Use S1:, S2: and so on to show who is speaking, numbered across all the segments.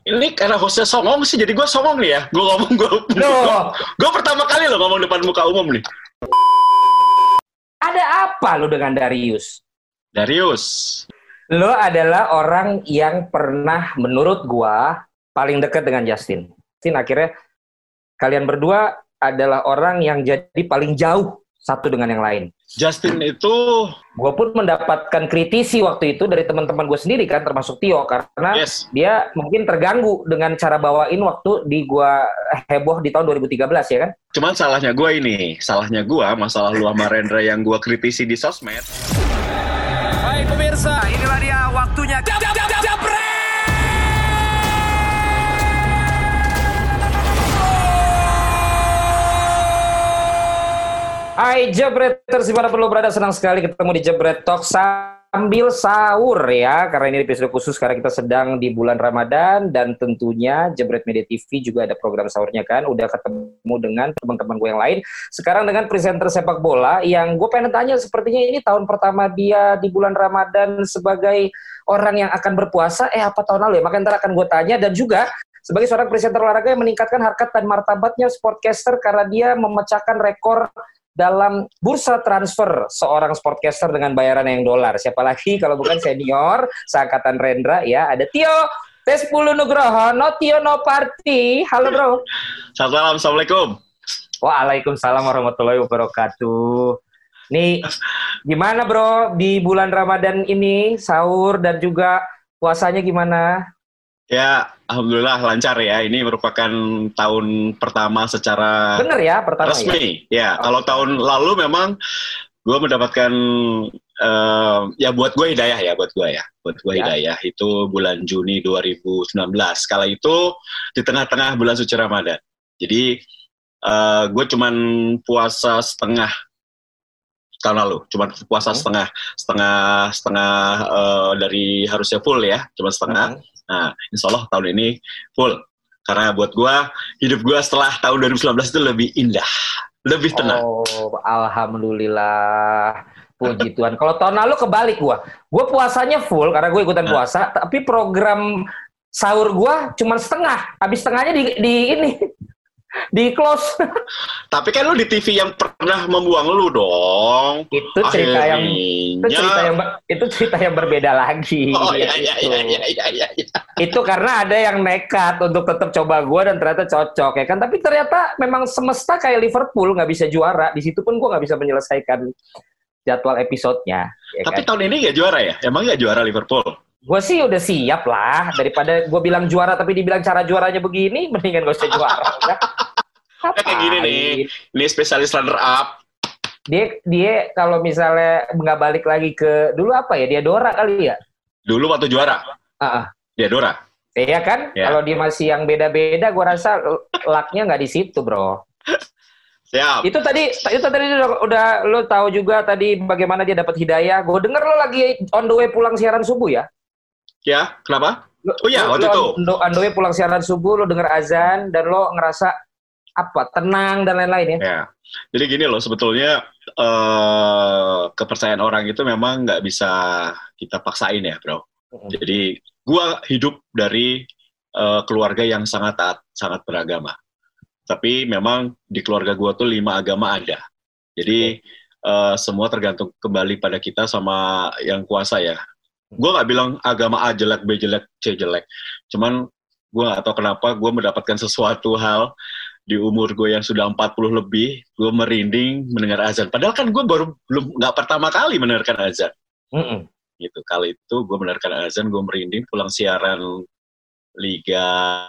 S1: Ini karena hostnya songong sih, jadi gue songong nih ya. Gue ngomong, gue pertama kali loh ngomong depan muka umum nih.
S2: Ada apa lo dengan Darius?
S1: Darius.
S2: Lo adalah orang yang pernah menurut gua paling dekat dengan Justin. Justin akhirnya kalian berdua adalah orang yang jadi paling jauh satu dengan yang lain.
S1: Justin itu...
S2: Gue pun mendapatkan kritisi waktu itu dari teman-teman gue sendiri kan, termasuk Tio, karena dia mungkin terganggu dengan cara bawain waktu di gua heboh di tahun 2013 ya kan.
S1: Cuman salahnya gue masalah lu sama Rendra yang gue kritisi di sosmed.
S3: Hai pemirsa, inilah dia waktunya Jabret!
S2: Hai Jabreters, dimanapun lo berada, senang sekali ketemu di Jabret Talk sambil sahur ya. Karena ini episode khusus karena kita sedang di bulan Ramadan. Dan tentunya Jabret Media TV juga ada program sahurnya kan. Udah ketemu dengan teman-teman gue yang lain. Sekarang dengan presenter sepak bola yang gue pengen tanya, sepertinya ini tahun pertama dia di bulan Ramadan sebagai orang yang akan berpuasa. Apa tahun lalu ya? Makanya ntar akan gue tanya. Dan juga sebagai seorang presenter olahraga yang meningkatkan harkat dan martabatnya sportcaster karena dia memecahkan rekor dalam bursa transfer seorang sportcaster dengan bayaran yang dolar. Siapa lagi kalau bukan senior seangkatan Rendra ya. Ada Tio T10 Nugroho, no Tio no party. Halo bro.
S1: Selamat malam, Assalamualaikum.
S2: Waalaikumsalam warahmatullahi wabarakatuh. Nih gimana bro di bulan Ramadan ini, sahur dan juga puasanya gimana?
S1: Ya, alhamdulillah lancar ya. Ini merupakan tahun pertama secara resmi. Ya, kalau tahun lalu memang gue mendapatkan ya buat gue hidayah ya, buat gue hidayah itu bulan Juni 2019. Kala itu di tengah-tengah bulan suci Ramadan. Jadi gue cuman puasa setengah tahun lalu, cuman puasa setengah dari harusnya full ya, cuma setengah. Nah, insya Allah tahun ini full. Karena buat gue, hidup gue setelah tahun 2019 itu lebih indah, lebih tenang.
S2: Oh, alhamdulillah. Puji Tuhan. Kalau tahun lalu kebalik gue puasanya full karena gue ikutan puasa, tapi program sahur gue cuma setengah. Habis setengahnya di close. Tapi kan lu di TV yang pernah membuang lu dong. Itu cerita yang berbeda lagi.
S1: Oh iya.
S2: Itu karena ada yang nekat untuk tetap coba gue dan ternyata cocok ya kan. Tapi ternyata memang semesta kayak Liverpool nggak bisa juara. Di situ pun gue nggak bisa menyelesaikan jadwal episodenya. Ya
S1: tapi
S2: kan?
S1: Tahun ini nggak juara ya? Emang nggak juara Liverpool?
S2: Gue sih udah siap lah, daripada gue bilang juara tapi dibilang cara juaranya begini, mendingan gue usah juara.
S1: Kayak gini nih, ini spesialis runner up.
S2: Dia kalau misalnya nggak balik lagi ke dulu apa ya, dia Dora kali ya?
S1: Dulu waktu juara? Dia Dora.
S2: Iya kan? Ya. Kalau dia masih yang beda-beda, gue rasa lucknya nggak di situ bro.
S1: Siap.
S2: Itu tadi udah lo tahu juga tadi bagaimana dia dapat hidayah. Gue denger lo lagi on the way pulang siaran subuh ya?
S1: Ya, kenapa? Oh iya, waktu itu.
S2: On the way pulang siaran subuh, lo denger azan, dan lo ngerasa tenang dan lain-lain ya?
S1: Ya. Jadi gini loh, sebetulnya kepercayaan orang itu memang nggak bisa kita paksain ya, bro. Jadi, gua hidup dari keluarga yang sangat taat, sangat beragama. Tapi memang di keluarga gua tuh 5 agama ada. Jadi, semua tergantung kembali pada kita sama yang kuasa ya. Gue nggak bilang agama A jelek, B jelek, C jelek. Cuman gue nggak tahu kenapa gue mendapatkan sesuatu hal di umur gue yang sudah 40 lebih, gue merinding mendengar azan. Padahal kan gue nggak pertama kali mendengarkan azan. Gitu. Kali itu gue mendengarkan azan, gue merinding pulang siaran Liga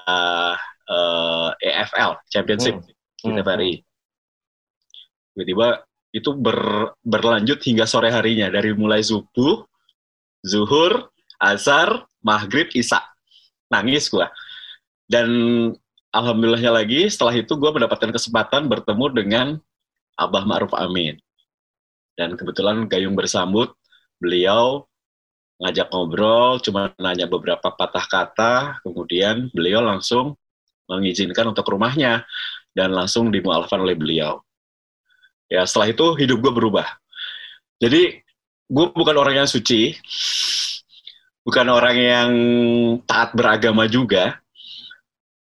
S1: EFL, Championship, setiap hari. Tiba-tiba itu berlanjut hingga sore harinya, dari mulai subuh, zuhur, asar, maghrib, isya. Nangis gue. Dan alhamdulillahnya lagi, setelah itu gue mendapatkan kesempatan bertemu dengan Abah Ma'ruf Amin. Dan kebetulan gayung bersambut, beliau ngajak ngobrol, cuma nanya beberapa patah kata, kemudian beliau langsung mengizinkan untuk rumahnya, dan langsung dimualafkan oleh beliau. Ya, setelah itu hidup gue berubah. Jadi, gue bukan orang yang suci, bukan orang yang taat beragama juga,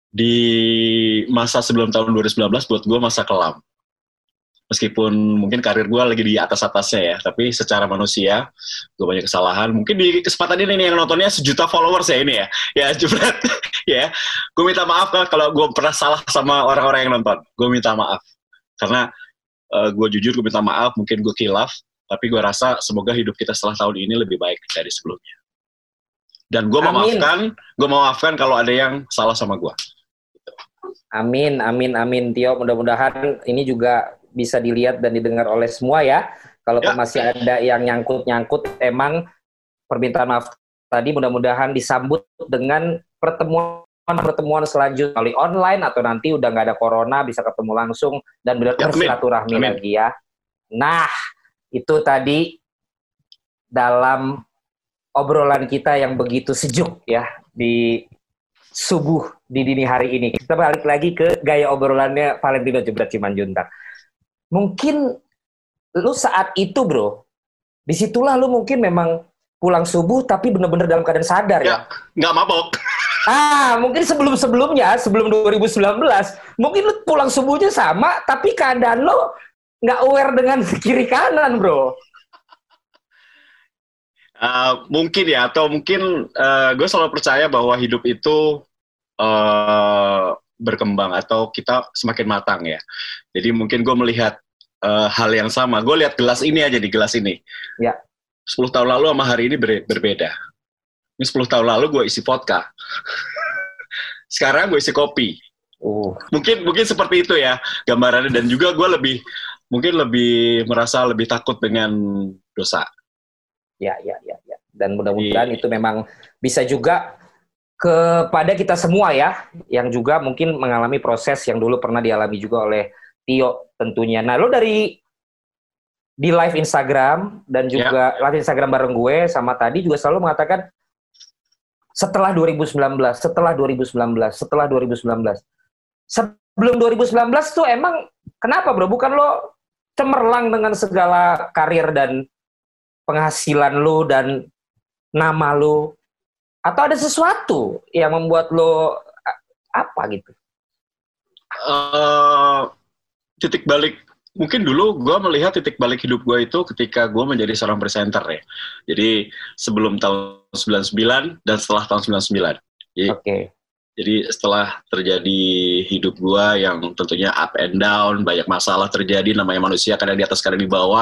S1: di masa sebelum tahun 2019 buat gue masa kelam. Meskipun mungkin karir gue lagi di atas-atasnya ya, tapi secara manusia gue banyak kesalahan. Mungkin di kesempatan ini nih yang nontonnya 1 juta followers ya ini ya jebret ya. Gue minta maaf kalau gue pernah salah sama orang-orang yang nonton. Gue minta maaf karena gue jujur gue minta maaf. Mungkin gue khilaf, tapi gue rasa semoga hidup kita setelah tahun ini lebih baik dari sebelumnya. Dan gue memaafkan kalau ada yang salah sama gue.
S2: Amin, amin, amin, Tio. Mudah-mudahan ini juga bisa dilihat dan didengar oleh semua ya. Kalau masih ada yang nyangkut-nyangkut, emang permintaan maaf tadi mudah-mudahan disambut dengan pertemuan selanjutnya melalui online atau nanti udah nggak ada corona bisa ketemu langsung dan bersilaturahmi lagi ya. Nah, itu tadi dalam obrolan kita yang begitu sejuk ya di subuh di dini hari ini. Kita balik lagi ke gaya obrolannya Valentino Jebret Simanjuntak. Mungkin lu saat itu bro, disitulah lu mungkin memang pulang subuh tapi benar-benar dalam keadaan sadar ya?
S1: Nggak mabok.
S2: Mungkin sebelum-sebelumnya, sebelum 2019, mungkin lu pulang subuhnya sama, tapi keadaan lu nggak aware dengan kiri kanan bro.
S1: Mungkin ya, atau mungkin gue selalu percaya bahwa hidup itu berkembang atau kita semakin matang ya. Jadi mungkin gue melihat hal yang sama. Gue lihat gelas ini aja di gelas ini.
S2: Ya.
S1: 10 tahun lalu sama hari ini berbeda. Ini 10 tahun lalu gue isi vodka. Sekarang gue isi kopi. Mungkin seperti itu ya gambarannya. Dan juga gue mungkin lebih merasa lebih takut dengan dosa.
S2: Ya. Dan mudah-mudahan itu memang bisa juga kepada kita semua ya, yang juga mungkin mengalami proses yang dulu pernah dialami juga oleh Tio tentunya. Nah, lo di live Instagram dan juga live Instagram bareng gue sama tadi juga selalu mengatakan setelah 2019. Sebelum 2019 tuh emang kenapa bro? Bukan lo cemerlang dengan segala karir dan penghasilan lo dan nama lo, atau ada sesuatu yang membuat lo apa gitu?
S1: Titik balik, mungkin dulu gue melihat titik balik hidup gue itu ketika gue menjadi seorang presenter ya. Jadi sebelum tahun 99 dan setelah tahun 99. Jadi setelah terjadi hidup gue yang tentunya up and down, banyak masalah terjadi, namanya manusia kadang di atas kadang di bawah.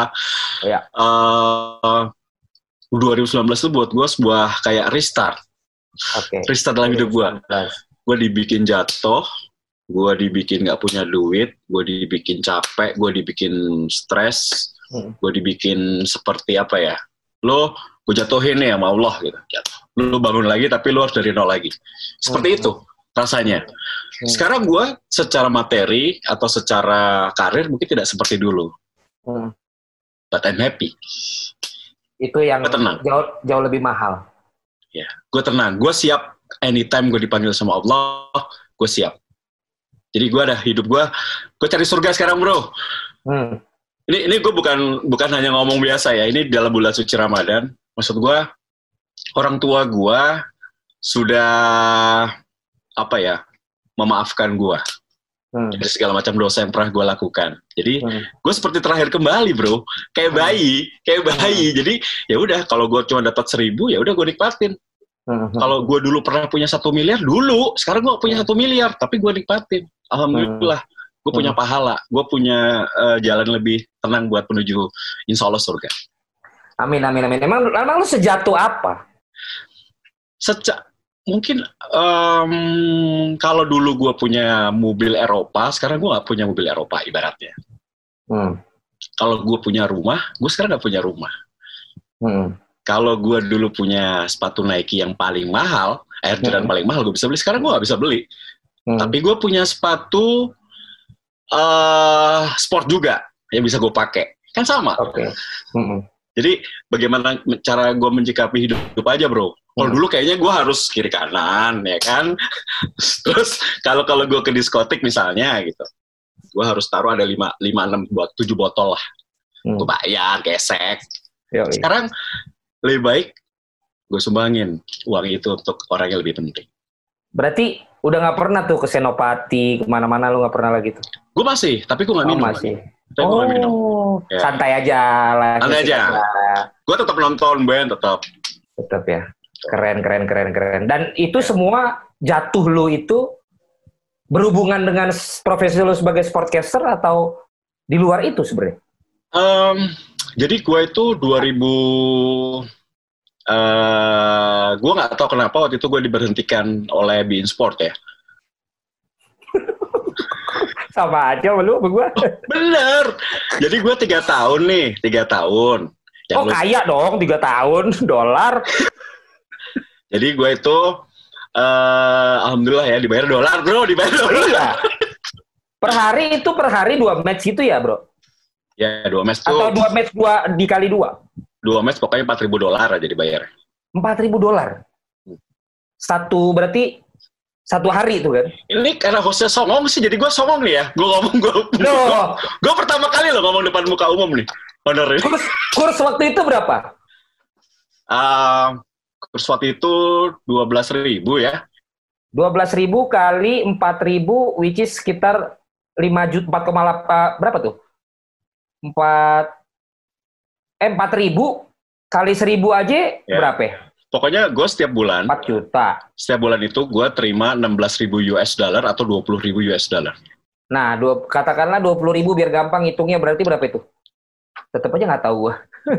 S1: 2019 itu buat gue sebuah kayak restart. Restart dalam hidup gue. Gue dibikin jatuh, gue dibikin gak punya duit, gue dibikin capek, gue dibikin stres, gue dibikin seperti apa ya, gue jatuhin nih sama Allah gitu. Lo bangun lagi tapi lo harus dari nol lagi. Seperti itu rasanya. Sekarang gue secara materi atau secara karir mungkin tidak seperti dulu. But I'm happy.
S2: Itu yang jauh lebih mahal.
S1: Ya, gue tenang, gue siap anytime gue dipanggil sama Allah, gue siap. Jadi gue ada hidup gue cari surga sekarang bro. Ini gue bukan hanya ngomong biasa ya, ini dalam bulan suci Ramadan. Maksud gue, orang tua gue sudah memaafkan gue dari segala macam dosa yang pernah gue lakukan. Jadi gue seperti terakhir kembali bro, kayak bayi. Jadi ya udah, kalau gue cuma dapat 1.000 ya udah gue nikmatin. Kalau gue dulu pernah punya 1 miliar dulu, sekarang gue punya 1 miliar, tapi gue nikmatin. Alhamdulillah, gue punya pahala, gue punya jalan lebih tenang buat menuju insya Allah surga.
S2: Amin. Emang lu sejatuh apa?
S1: Mungkin kalau dulu gue punya mobil Eropa, sekarang gue gak punya mobil Eropa ibaratnya. Kalau gue punya rumah, gue sekarang gak punya rumah. Kalau gue dulu punya sepatu Nike yang paling mahal, Air Jordan paling mahal, gue bisa beli. Sekarang gue gak bisa beli. Tapi gue punya sepatu sport juga yang bisa gue pakai. Kan sama. Jadi bagaimana cara gue menyikapi hidup aja bro. Kalau dulu kayaknya gue harus kiri kanan, ya kan. Terus kalau gue ke diskotik misalnya gitu, gue harus taruh ada 7 botol lah. Gue bayar, gesek. Sekarang lebih baik gue sumbangin uang itu untuk orang yang lebih penting.
S2: Berarti udah nggak pernah tuh ke Senopati, kemana-mana lu nggak pernah lagi tuh?
S1: Gue masih, tapi gue nggak
S2: Oh,
S1: minum.
S2: masih.
S1: Tapi gue nggak minum. Ya.
S2: Santai aja lah.
S1: Santai aja. Gue tetap nonton band, tetap.
S2: Tetap ya. Keren. Dan itu semua jatuh lu itu berhubungan dengan profesi lu sebagai sportcaster atau di luar itu sebenarnya?
S1: Jadi gue itu 2000, gue nggak tahu kenapa waktu itu gue diberhentikan oleh beIN Sport ya.
S2: Sama aja sama lu sama gue.
S1: Bener. Jadi gue 3 tahun nih, 3 tahun.
S2: Oh kaya dong 3 tahun dolar.
S1: Jadi gue itu alhamdulillah ya dibayar dolar bro, dibayar dolar.
S2: Iya. Per hari 2 match gitu ya bro?
S1: Ya 2 match tuh.
S2: Atau 2 match 2 dikali 2?
S1: 2 match pokoknya $4.000 aja dibayar.
S2: $4.000. Berarti 1 hari itu kan?
S1: Ini karena hostnya songong sih, jadi gue songong nih ya. Gue pertama kali loh ngomong depan muka umum nih. Bener ini.
S2: Kurs waktu itu berapa?
S1: Kurs waktu itu 12.000 ya.
S2: 12.000 kali 4.000, which is sekitar 5 juta, 4,8, berapa tuh? 4.000 kali 1.000 aja ya. Berapa ya?
S1: Pokoknya gue setiap bulan
S2: 4 juta.
S1: Setiap bulan itu gue terima $16.000 atau $20.000.
S2: Nah, katakanlah 20.000 biar gampang hitungnya, berarti berapa itu? Tetap aja nggak tahu gue.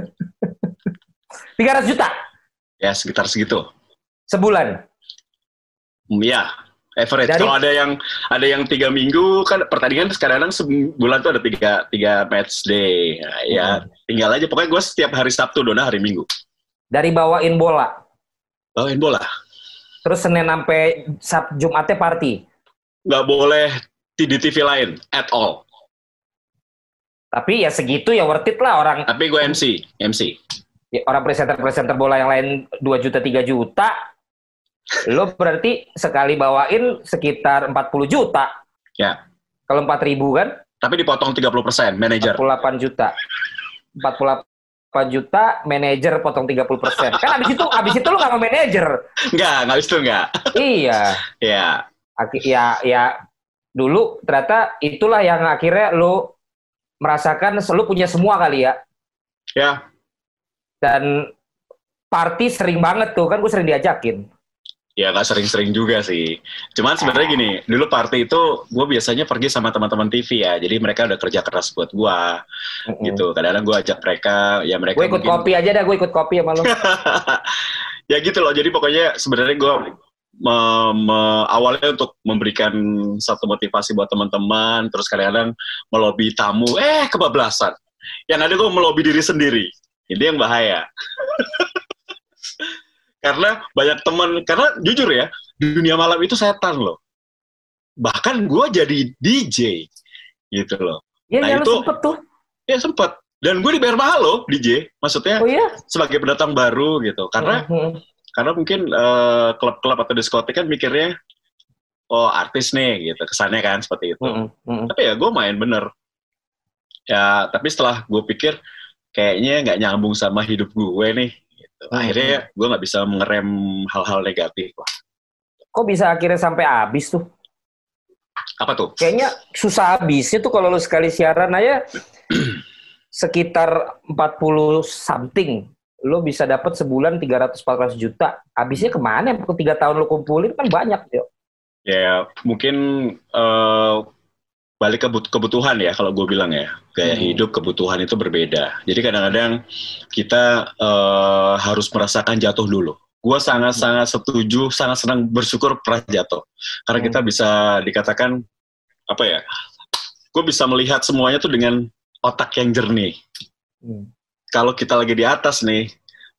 S2: 300 juta?
S1: Ya, sekitar segitu.
S2: Sebulan?
S1: Ya, average. Kalau ada yang 3 minggu, kan pertandingan sekarang sebulan tuh ada 3 match day. Nah, ya, tinggal aja. Pokoknya gue setiap hari Sabtu, Dona hari Minggu.
S2: Dari bawain bola?
S1: Bawain bola.
S2: Terus Senin sampai Jumatnya party?
S1: Nggak boleh di TV lain, at all.
S2: Tapi ya segitu ya worth it lah orang.
S1: Tapi gue MC.
S2: Ya, orang presenter bola yang lain 2 juta, 3 juta. Lo berarti sekali bawain sekitar 40 juta.
S1: Ya.
S2: Kalau 4.000 kan?
S1: Tapi dipotong 30%, manajer.
S2: 48 juta. 48 juta, manajer potong 30%. Kan abis itu lo nggak mau manajer.
S1: Nggak abis itu nggak.
S2: Iya. Ya. Dulu ternyata itulah yang akhirnya lo merasakan lo punya semua kali ya.
S1: Ya.
S2: Dan party sering banget tuh, kan gue sering diajakin.
S1: Ya nggak sering-sering juga sih. Cuman sebenarnya gini, dulu party itu gue biasanya pergi sama teman-teman TV ya. Jadi mereka udah kerja keras buat gue, gitu. Kadang-kadang gue ajak mereka, ya mereka.
S2: Gue ikut kopi aja dah, gue ikut kopi sama lo.
S1: Ya gitu loh. Jadi pokoknya sebenarnya gue awalnya untuk memberikan satu motivasi buat teman-teman, terus kadang-kadang melobi tamu, kebablasan. Yang ada gue melobi diri sendiri. Ini yang bahaya. Karena banyak teman, karena jujur ya, di dunia malam itu setan loh. Bahkan gue jadi DJ, gitu loh.
S2: Iya, nah, itu sempet tuh.
S1: Ya sempet. Dan gue dibayar mahal loh, DJ. Maksudnya, sebagai pendatang baru gitu. Karena mungkin klub-klub atau diskotik kan mikirnya, oh artis nih, gitu. Kesannya kan seperti itu. Tapi ya gue main bener. Ya, tapi setelah gue pikir, kayaknya nggak nyambung sama hidup gue nih. Akhirnya gue nggak bisa mengerem hal-hal negatif.
S2: Kok bisa akhirnya sampai habis tuh?
S1: Apa tuh?
S2: Kayaknya susah habisnya tuh kalau lu sekali siaran aja sekitar 40 something. Lu bisa dapat sebulan 300-400 juta. Habisnya kemana? 3 tahun lu kumpulin kan banyak. Yo.
S1: Ya mungkin balik ke kebutuhan ya kalau gue bilang ya. Gaya hidup, kebutuhan itu berbeda. Jadi kadang-kadang kita harus merasakan jatuh dulu. Gue sangat-sangat setuju, sangat senang bersyukur pernah jatuh. Karena kita bisa dikatakan, apa ya, gue bisa melihat semuanya tuh dengan otak yang jernih. Kalau kita lagi di atas nih,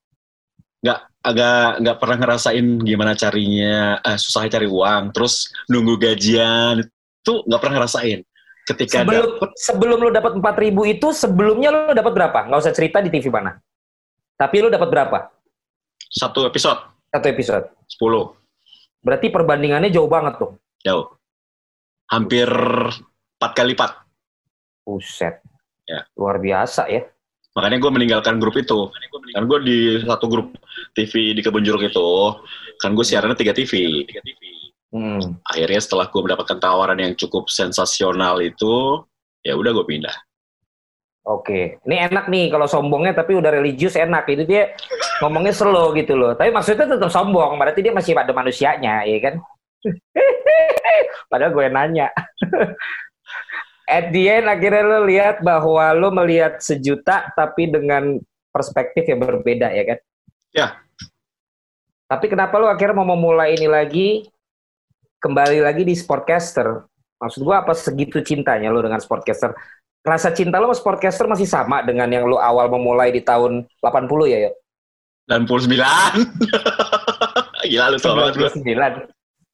S1: nggak pernah ngerasain gimana carinya, susahnya cari uang, terus nunggu gajian, itu nggak pernah ngerasain. Ketika
S2: sebelum lo dapat 4.000 itu, sebelumnya lo dapat berapa? Nggak usah cerita di TV mana. Tapi lo dapat berapa?
S1: Satu episode.
S2: 10. Berarti perbandingannya jauh banget tuh.
S1: Jauh. Hampir 4 kali lipat.
S2: Buset.
S1: Ya.
S2: Luar biasa ya.
S1: Makanya gue meninggalkan grup itu. Kan gue di satu grup TV di Kebun Jeruk itu, kan gue siarannya 3 TV. Akhirnya setelah gue mendapatkan tawaran yang cukup sensasional itu, ya udah gue pindah.
S2: Oke, ini enak nih kalau sombongnya tapi udah religius enak. Itu dia ngomongnya slow gitu loh. Tapi maksudnya tetap sombong, berarti dia masih ada manusianya, ya kan? Padahal gue nanya. At the end akhirnya lo lihat bahwa lo melihat 1 juta tapi dengan perspektif yang berbeda, ya kan?
S1: Ya.
S2: Tapi kenapa lo akhirnya mau memulai ini lagi, kembali lagi di Sportcaster? Maksud gue apa segitu cintanya lo dengan Sportcaster? Rasa cinta lo sama Sportcaster masih sama dengan yang lo awal memulai di tahun 80 ya, Yo?
S1: 89. Gila lu sama banget.
S2: 99.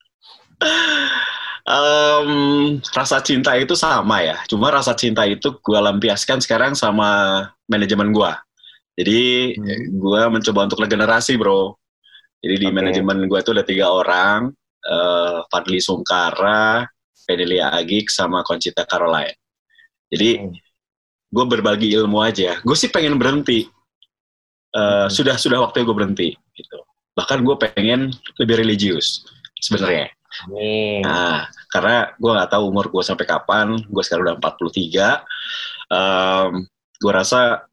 S1: Rasa cinta itu sama ya. Cuma rasa cinta itu gue lampiaskan sekarang sama manajemen gue. Jadi gue mencoba untuk regenerasi, bro. Jadi di manajemen gue itu ada 3 orang. Fadli Sungkara, Pedelia Agik, sama Conchita Caroline. Jadi gue berbagi ilmu aja. Gue sih pengen berhenti. Sudah waktunya gue berhenti. Gitu. Bahkan gue pengen lebih religius sebenarnya. Nah, karena gue nggak tahu umur gue sampai kapan. Gue sekarang udah 43. Gue rasa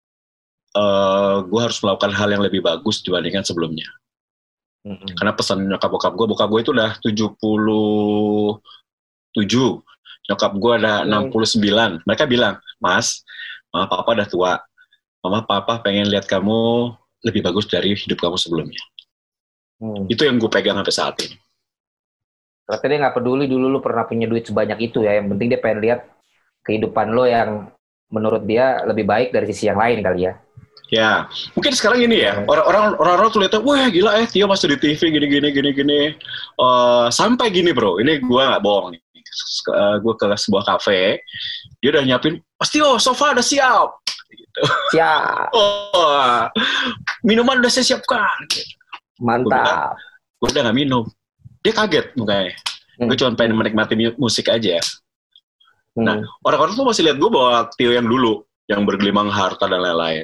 S1: gue harus melakukan hal yang lebih bagus dibandingkan sebelumnya. Karena pesan bokap gue itu udah 77. Nyokap gue ada 69. Mereka bilang, Mas, mama papa udah tua. Mama papa pengen lihat kamu lebih bagus dari hidup kamu sebelumnya. Itu yang gue pegang sampai saat ini.
S2: Berarti dia nggak peduli dulu lu pernah punya duit sebanyak itu ya. Yang penting dia pengen lihat kehidupan lo yang menurut dia lebih baik dari sisi yang lain kali ya.
S1: Ya, mungkin sekarang ini ya, orang-orang tuh lihatnya, wah gila Tio masuk di TV gini. Sampai gini bro, ini gue nggak bohong nih. Gue ke sebuah kafe, dia udah nyiapin, pasti sofa udah siap. Gitu.
S2: Siap.
S1: Minuman udah saya siapkan.
S2: Mantap.
S1: Gue udah nggak minum. Dia kaget mukanya. Gue cuma pengen menikmati musik aja. Nah, orang-orang tuh masih lihat gue bawa Tio yang dulu, yang bergelimang harta dan lain-lain.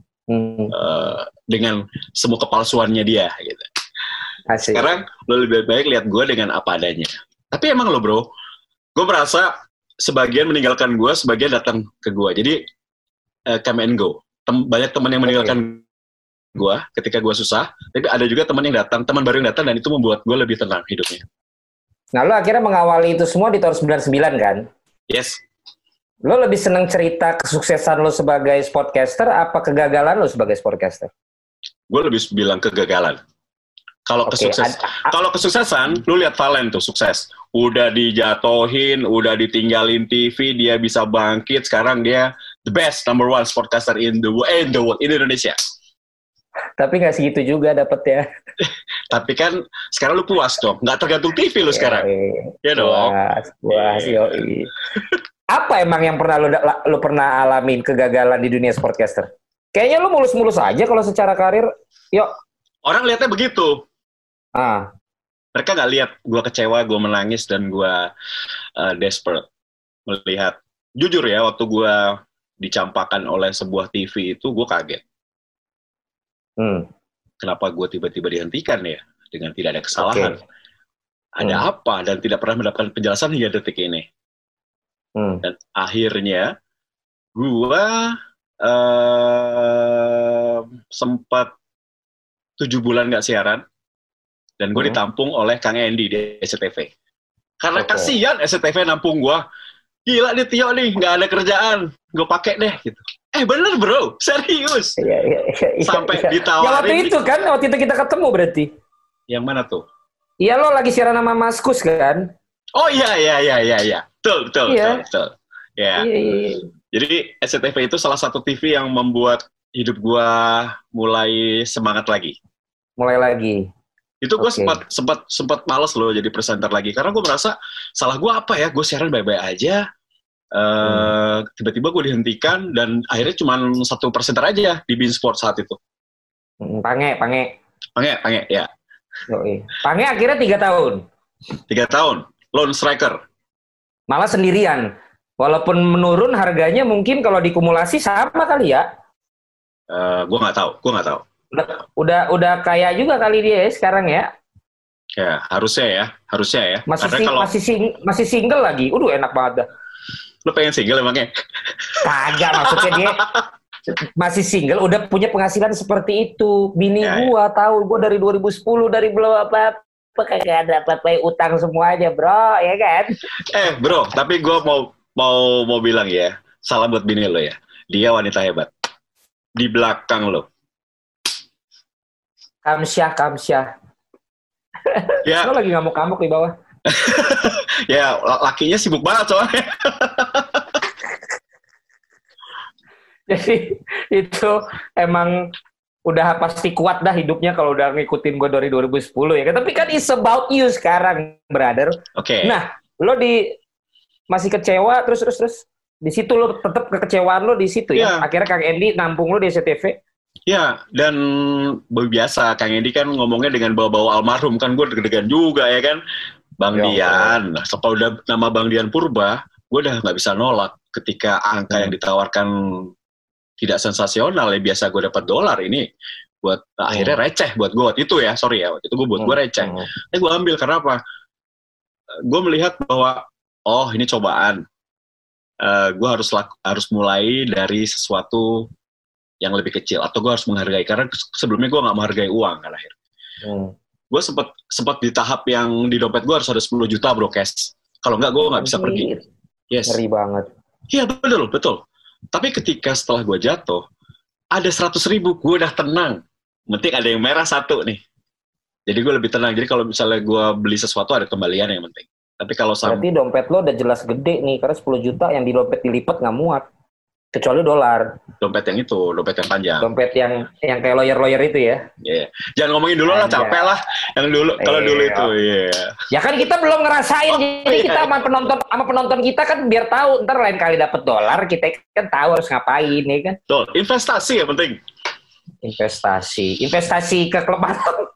S1: Dengan semua kepalsuannya dia gitu. Asik. Sekarang lo lebih baik lihat gue dengan apa adanya. Tapi emang lo bro, gue merasa sebagian meninggalkan gue, sebagian datang ke gue. Jadi come and go. Banyak teman yang meninggalkan gue ketika gue susah, tapi ada juga teman yang datang, teman baru yang datang, dan itu membuat gue lebih tenang hidupnya.
S2: Nah lo akhirnya mengawali itu semua di tahun 99 kan?
S1: Yes.
S2: Lo lebih seneng cerita kesuksesan lo sebagai sportcaster apa kegagalan lo sebagai sportcaster?
S1: Gue lebih bilang kegagalan. Kalau kesuksesan, lo lihat Valen tuh sukses. Udah dijatohin, udah ditinggalin TV, dia bisa bangkit. Sekarang dia the best number 1 sportcaster in the world, in Indonesia. Tapi
S2: nggak segitu juga dapetnya.
S1: Tapi kan sekarang lu puas dong, nggak tergantung TV lu sekarang. Ya dong.
S2: Puas, yoi. Apa emang yang pernah lo pernah alamin kegagalan di dunia sportcaster? Kayaknya lo mulus-mulus aja kalau secara karir. Yuk.
S1: Orang lihatnya begitu.
S2: Mereka
S1: nggak lihat gue kecewa, gue menangis, dan gue desperate melihat. Jujur ya, waktu gue dicampakkan oleh sebuah TV itu, gue kaget. Kenapa gue tiba-tiba dihentikan ya dengan tidak ada kesalahan? Ada apa? Dan tidak pernah mendapatkan penjelasan hingga detik ini. Dan akhirnya gue sempat 7 bulan nggak siaran, dan gue ditampung oleh Kang Endi di SCTV. Karena kasihan SCTV nampung gue. Gila nih Tio nih, nggak ada kerjaan, gue pakai deh gitu. Bener bro, serius. Sampai ditawarin.
S2: Ya waktu itu kita ketemu berarti.
S1: Yang mana tuh?
S2: Iya lo lagi siaran sama Mas Kus kan?
S1: Oh iya. Betul. Ya.
S2: Iya.
S1: Jadi SCTV itu salah satu TV yang membuat hidup gua mulai semangat lagi. Itu gue sempat males loh jadi presenter lagi, karena gue merasa salah gue apa ya, gue siaran baik-baik aja, tiba-tiba gue dihentikan, dan akhirnya cuma 1 presenter aja di Bein Sport saat itu.
S2: Pange
S1: ya.
S2: Pange akhirnya 3 tahun.
S1: 3 tahun, lone striker.
S2: Malah sendirian, walaupun menurun harganya mungkin kalau dikumulasi sama kali ya.
S1: Gue nggak tahu.
S2: Udah kaya juga kali dia ya sekarang ya.
S1: Ya, harusnya ya. Karena
S2: Masih single lagi. Enak banget dah.
S1: lu pengen single emangnya?
S2: Kagak, maksudnya dia masih single, udah punya penghasilan seperti itu. Bini gua tahu, gua dari 2010 dari belum apa-apa, kagak ada apa-apa, utang semuanya, bro, ya kan?
S1: Bro, tapi gua mau bilang ya, salam buat bini lo ya. Dia wanita hebat. Di belakang lo.
S2: Kamsyah.
S1: Ya.
S2: Lo lagi ngamuk-ngamuk di bawah.
S1: Ya, lakinya sibuk banget soalnya.
S2: Jadi itu emang udah pasti kuat dah hidupnya kalau udah ngikutin gue dari 2010 ya. Tapi kan it's about you sekarang, brother.
S1: Oke.
S2: Nah, lo masih kecewa terus di situ lo tetap kekecewaan lo di situ ya. Akhirnya Kang Endi nampung lo di SCTV.
S1: Ya, dan biasa Kang Endi kan ngomongnya dengan bawa-bawa almarhum, kan gue deg-degan juga ya kan. Bang Dian, kalau udah nama Bang Dian Purba, gue udah nggak bisa nolak ketika angka yang ditawarkan tidak sensasional ya. Biasa gue dapat $, ini buat akhirnya receh buat gue waktu itu ya, sorry ya, waktu itu buat gue receh. Gue ambil karena apa? Gue melihat bahwa ini cobaan. Gue harus mulai dari sesuatu yang lebih kecil, atau gue harus menghargai, karena sebelumnya gue nggak menghargai uang kan akhirnya. Gue sempat di tahap yang di dompet gue harus ada 10 juta bro cash. Kalau nggak gue nggak bisa pergi. Yes.
S2: Ngeri banget.
S1: Iya betul. Tapi ketika setelah gue jatuh, ada 100.000, gue udah tenang. Penting ada yang merah satu nih. Jadi gue lebih tenang. Jadi kalau misalnya gue beli sesuatu ada kembalian yang penting. Tapi kalau
S2: berarti dompet lo udah jelas gede nih, karena 10 juta yang di dompet dilipat nggak muat. Kecuali $.
S1: Dompet yang itu, dompet yang panjang.
S2: Dompet yang kayak lawyer itu ya.
S1: Iya. Jangan ngomongin dulu lah, capek lah. Yang dulu, kalau dulu itu,
S2: Ya kan kita belum ngerasain, jadi kita sama penonton kita kan biar tahu, ntar lain kali dapet $, kita kan tahu harus ngapain, ya kan?
S1: Tuh, investasi yang penting.
S2: Investasi ke klub mana?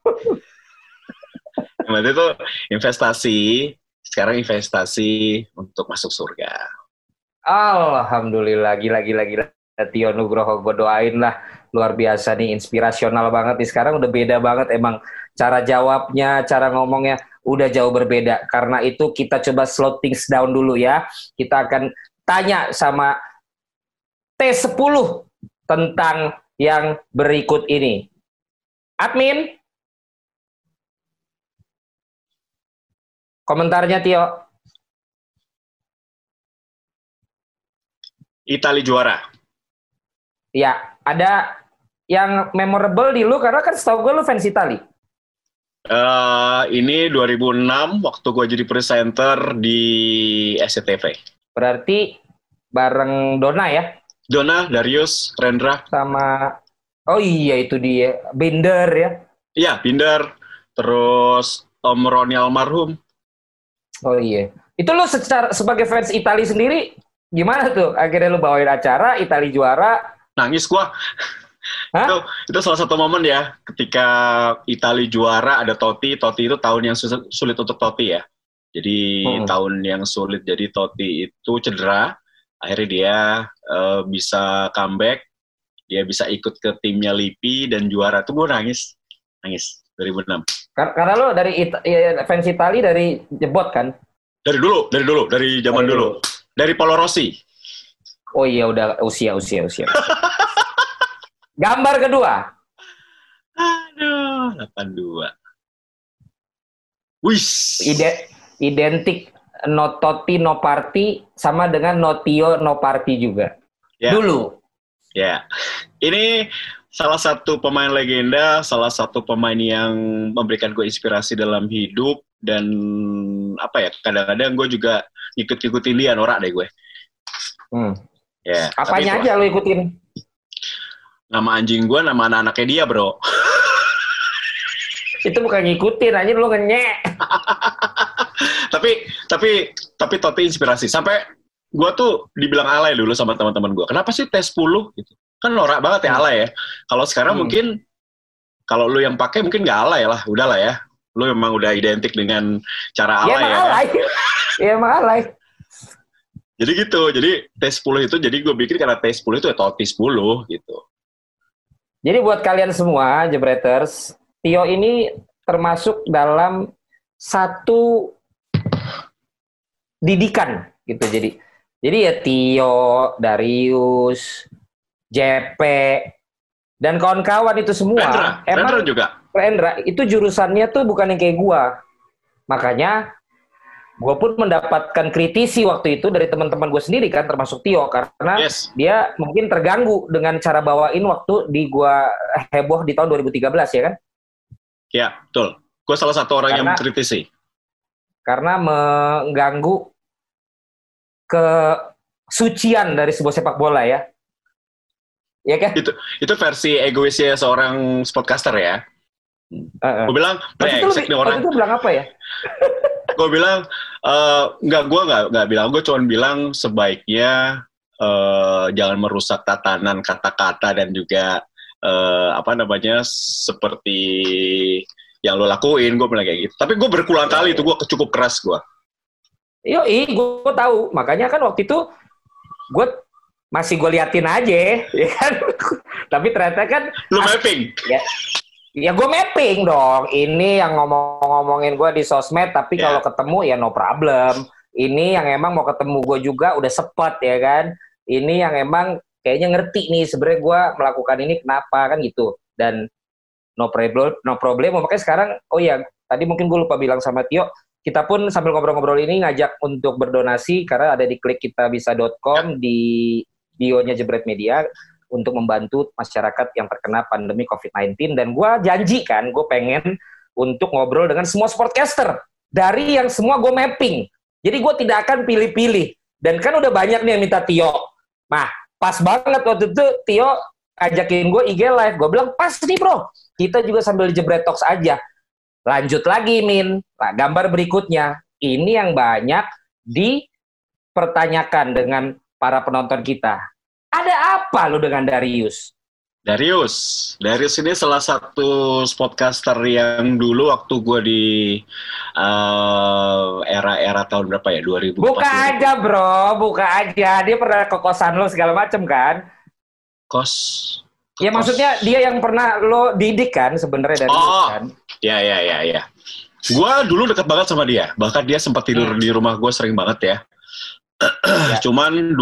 S1: Berarti itu investasi, sekarang investasi untuk masuk surga.
S2: Alhamdulillah, gila. Tio Nugroho, gue doain lah, luar biasa nih, inspirasional banget nih. Sekarang udah beda banget emang cara jawabnya, cara ngomongnya udah jauh berbeda. Karena itu kita coba slow things down dulu ya. Kita akan tanya sama T10 tentang yang berikut ini. Admin, komentarnya Tio.
S1: Itali juara.
S2: Ya, ada yang memorable di lu, karena kan setahu gue lu fans Itali.
S1: Ini 2006 waktu gue jadi presenter di SCTV.
S2: Berarti bareng Dona ya?
S1: Dona, Darius, Rendra.
S2: Sama, itu dia, Binder ya?
S1: Iya, Binder. Terus Om Roni almarhum.
S2: Oh iya. Itu lu sebagai fans Itali sendiri, gimana tuh? Akhirnya lu bawain acara, Itali juara.
S1: Nangis gua. Itu salah satu momen ya. Ketika Itali juara, ada Totti. Totti itu tahun yang sulit untuk Totti ya. Jadi tahun yang sulit. Jadi Totti itu cedera. Akhirnya dia bisa comeback. Dia bisa ikut ke timnya Lippi dan juara. Itu gua nangis. 2006. Karena
S2: lo dari fans Itali dari jebot kan?
S1: Dari dulu. Dari zaman dulu. Dari Paolo Rossi.
S2: Oh iya, udah usia. Gambar kedua.
S1: Aduh, 82. Wih.
S2: Identik no Totti no party sama dengan no Tio no party juga.
S1: Yeah.
S2: Dulu.
S1: Ya. Ini salah satu pemain legenda, salah satu pemain yang memberikan gue inspirasi dalam hidup, dan kadang-kadang gue juga ngikut-ngikutin dia, norak deh gue. Ya,
S2: apanya aja lo ikutin?
S1: Nama anjing gue, nama anak-anaknya dia, bro.
S2: Itu bukan ngikutin, aja lo ngenyek.
S1: tapi Totti inspirasi. Sampai gue tuh dibilang alay dulu sama teman-teman gue. Kenapa sih T10 gitu? Kan norak banget ya, alay ya. Kalau sekarang mungkin, kalau lu yang pakai mungkin nggak alay lah, udahlah ya. Lu memang udah identik dengan cara alay ya.
S2: Iya, emang alay.
S1: Jadi gitu, jadi T10 itu, jadi gue bikin karena T10 itu ya Totti 10 gitu.
S2: Jadi buat kalian semua, Jebreters, Tio ini termasuk dalam satu didikan gitu. Jadi ya Tio, Darius, JP dan kawan-kawan itu semua.
S1: Rendra juga.
S2: Rendra itu jurusannya tuh bukan yang kayak gua. Makanya gue pun mendapatkan kritisi waktu itu dari teman-teman gue sendiri kan, termasuk Tio, karena dia mungkin terganggu dengan cara bawain waktu di gua heboh di tahun 2013 ya kan?
S1: Ya, betul. Gue salah satu orang yang mengkritisi.
S2: Karena mengganggu kesucian dari sebuah sepak bola ya. Iya kan?
S1: Itu versi egoisnya seorang sportcaster ya. Gue bilang, brengsek nih orang.
S2: Waktu itu bilang apa ya?
S1: Gue bilang, nggak bilang. Gue cuma bilang sebaiknya jangan merusak tatanan kata-kata dan juga seperti yang lo lakuin. Gue bilang kayak gitu. Tapi gue berulang kali itu gue cukup keras gue.
S2: Gue tahu. Makanya kan waktu itu gue masih gue liatin aja, ya kan? Tapi ternyata kan
S1: lo mapping.
S2: Ya gue mapping dong. Ini yang ngomongin gue di sosmed, tapi kalau ketemu ya no problem. Ini yang emang mau ketemu gue juga udah sepet ya kan. Ini yang emang kayaknya ngerti nih sebenarnya gue melakukan ini kenapa kan gitu. Dan no problem. Makanya sekarang, tadi mungkin gue lupa bilang sama Tio, kita pun sambil ngobrol-ngobrol ini ngajak untuk berdonasi karena ada di klikkitabisa.com di bio-nya Jebret Media untuk membantu masyarakat yang terkena pandemi COVID-19. Dan gue janji kan, gue pengen untuk ngobrol dengan semua sportcaster. Dari yang semua gue mapping. Jadi gue tidak akan pilih-pilih. Dan kan udah banyak nih yang minta Tio. Nah, pas banget waktu itu Tio ajakin gue IG live. Gue bilang, pas nih bro. Kita juga sambil Jebret Talks aja. Lanjut lagi, Min. Nah, gambar berikutnya. Ini yang banyak dipertanyakan dengan para penonton kita. Ada apa lu dengan Darius?
S1: Darius ini salah satu sportcaster yang dulu waktu gue di era tahun berapa ya? 2004.
S2: Buka aja bro, buka aja. Dia pernah ke kosan lo segala macem kan? Ya maksudnya dia yang pernah lo didik kan sebenarnya Darius kan?
S1: Ya. Gue dulu deket banget sama dia. Bahkan dia sempat tidur di rumah gue sering banget ya. Cuman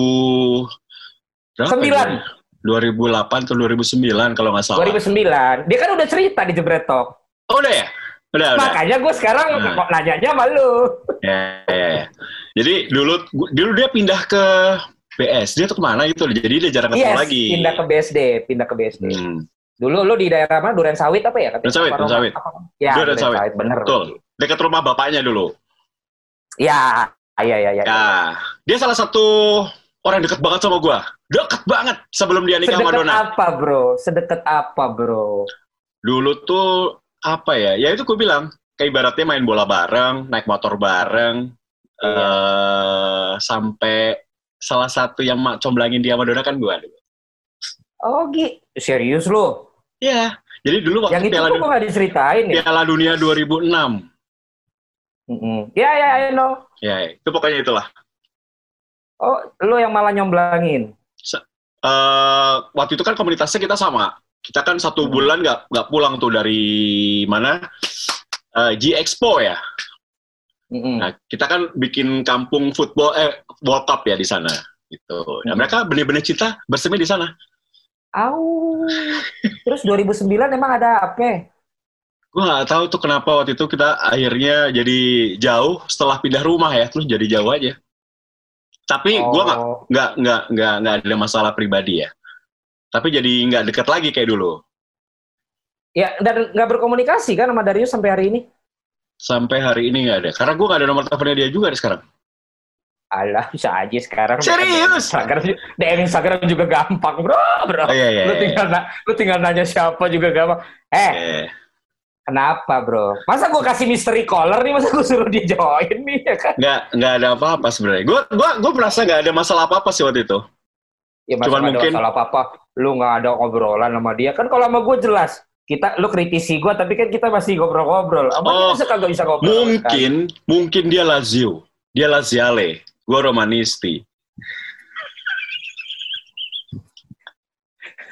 S1: 2008 atau 2009 kalau nggak salah.
S2: 2009. Dia kan udah cerita di Jebret Talk.
S1: Oh udah ya? Udah.
S2: Makanya gue sekarang nanyanya sama lu.
S1: Ya. Jadi dulu dia pindah ke BSD atau kemana gitu. Jadi dia jarang ketemu lagi.
S2: Pindah ke BSD. Dulu lu di daerah mana? Duren Sawit apa ya?
S1: Duren Sawit.
S2: Ya, Duren Sawit. Bener.
S1: Betul. Dekat rumah bapaknya dulu.
S2: Ya.
S1: Dia salah satu orang dekat banget sama gue. Deket banget sebelum dia nikah sama Dona.
S2: Sedekat apa bro?
S1: Dulu tuh apa ya? Ya itu gue bilang. Kayak ibaratnya main bola bareng, naik motor bareng. Sampai salah satu yang comblangin dia sama Dona kan gue.
S2: Oh gitu? Serius lo?
S1: Iya. Jadi dulu waktu
S2: yang itu kok nggak diceritain ya?
S1: Piala Dunia 2006.
S2: Ya, I know.
S1: Ya, itu pokoknya itulah.
S2: Oh, lo yang malah nyomblangin?
S1: Waktu itu kan komunitasnya kita sama. Kita kan 1 bulan nggak pulang tuh dari mana? G-Expo ya. Nah, kita kan bikin kampung football, World Cup ya di sana. Gitu. Nah, mereka benar-benar cinta bersemi di sana.
S2: Terus 2009 emang ada apa?
S1: Gue nggak tahu tuh kenapa waktu itu kita akhirnya jadi jauh setelah pindah rumah ya, terus jadi jauh aja. Tapi gue nggak ada masalah pribadi ya. Tapi jadi nggak dekat lagi kayak dulu.
S2: Ya, dan nggak berkomunikasi kan sama Darius sampai hari ini?
S1: Sampai hari ini nggak ada. Karena gue nggak ada nomor teleponnya dia juga sekarang.
S2: Alah, bisa aja sekarang.
S1: Serius?
S2: DM Instagram juga gampang, bro.
S1: Iya.
S2: Lu tinggal nanya siapa juga gampang. Kenapa, bro? Masa gue kasih mystery caller nih, masa gue suruh dia join nih, ya kan?
S1: Nggak ada apa-apa sebenarnya. Gue merasa nggak ada masalah apa-apa sih waktu itu.
S2: Ya, masa nggak ada masalah apa-apa. Lu nggak ada obrolan sama dia. Kan kalau sama gue jelas. Lu kritisi gue, tapi kan kita masih ngobrol-ngobrol. Masa kagak bisa ngobrol?
S1: Mungkin dia Lazio. Dia Laziale. Gue Romanisti.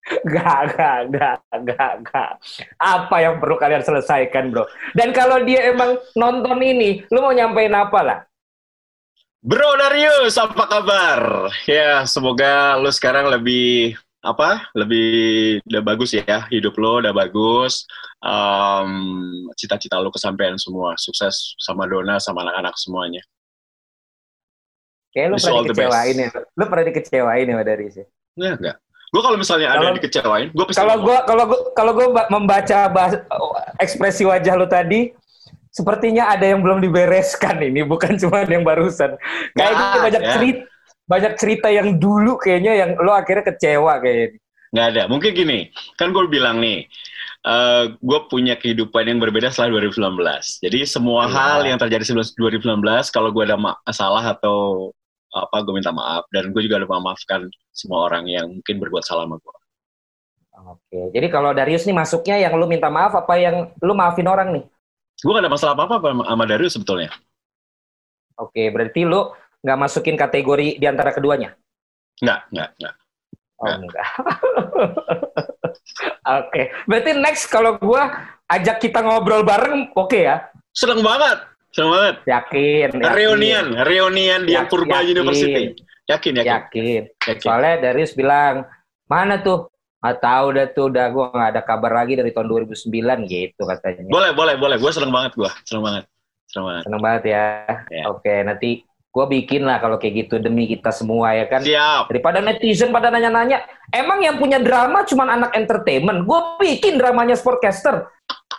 S2: Gak. Apa yang perlu kalian selesaikan, bro? Dan kalau dia emang nonton ini, lu mau nyampein apa lah?
S1: Bro Darius, apa kabar? Ya, semoga lu sekarang lebih udah bagus ya, hidup lo udah bagus, cita-cita lo kesampaian semua, sukses sama Dona, sama anak-anak semuanya.
S2: Kayak lu
S1: Wish
S2: pernah
S1: you all the
S2: dikecewain
S1: best.
S2: ya? Lu pernah dikecewain ya dari sih?
S1: Ya, enggak. Gue kalau misalnya ada yang dikecewain, gue pasti ngomong.
S2: Kalau gue membaca ekspresi wajah lu tadi, sepertinya ada yang belum dibereskan ini, bukan cuma yang barusan. Kayaknya banyak cerita yang dulu kayaknya yang lo akhirnya kecewa kayaknya.
S1: Nggak ada. Mungkin gini, kan gue bilang nih, gue punya kehidupan yang berbeda setelah 2019. Jadi semua hal yang terjadi sebelum 2019, kalau gue ada masalah atau apa, gue minta maaf. Dan gue juga ada memaafkan semua orang yang mungkin berbuat salah sama gue.
S2: Oke, jadi kalau Darius nih masuknya yang lu minta maaf apa yang lu maafin orang nih?
S1: Gue gak ada masalah apa-apa sama Darius sebetulnya.
S2: Oke, berarti lu nggak masukin kategori di antara keduanya?
S1: Nggak.
S2: Oh, enggak. Oke, berarti next kalau gue ajak kita ngobrol bareng, oke ya?
S1: Seneng banget.
S2: Yakin.
S1: Reunian di Purba University. Yakin.
S2: Soalnya Darius bilang, mana tuh? Nggak tahu dah tuh, gue nggak ada kabar lagi dari tahun 2009 gitu katanya.
S1: Boleh. Gue seneng banget.
S2: Seneng banget ya. Oke, nanti gue bikin lah kalau kayak gitu demi kita semua ya kan.
S1: Siap.
S2: Daripada netizen pada nanya-nanya, emang yang punya drama cuma anak entertainment. Gue bikin dramanya sportcaster.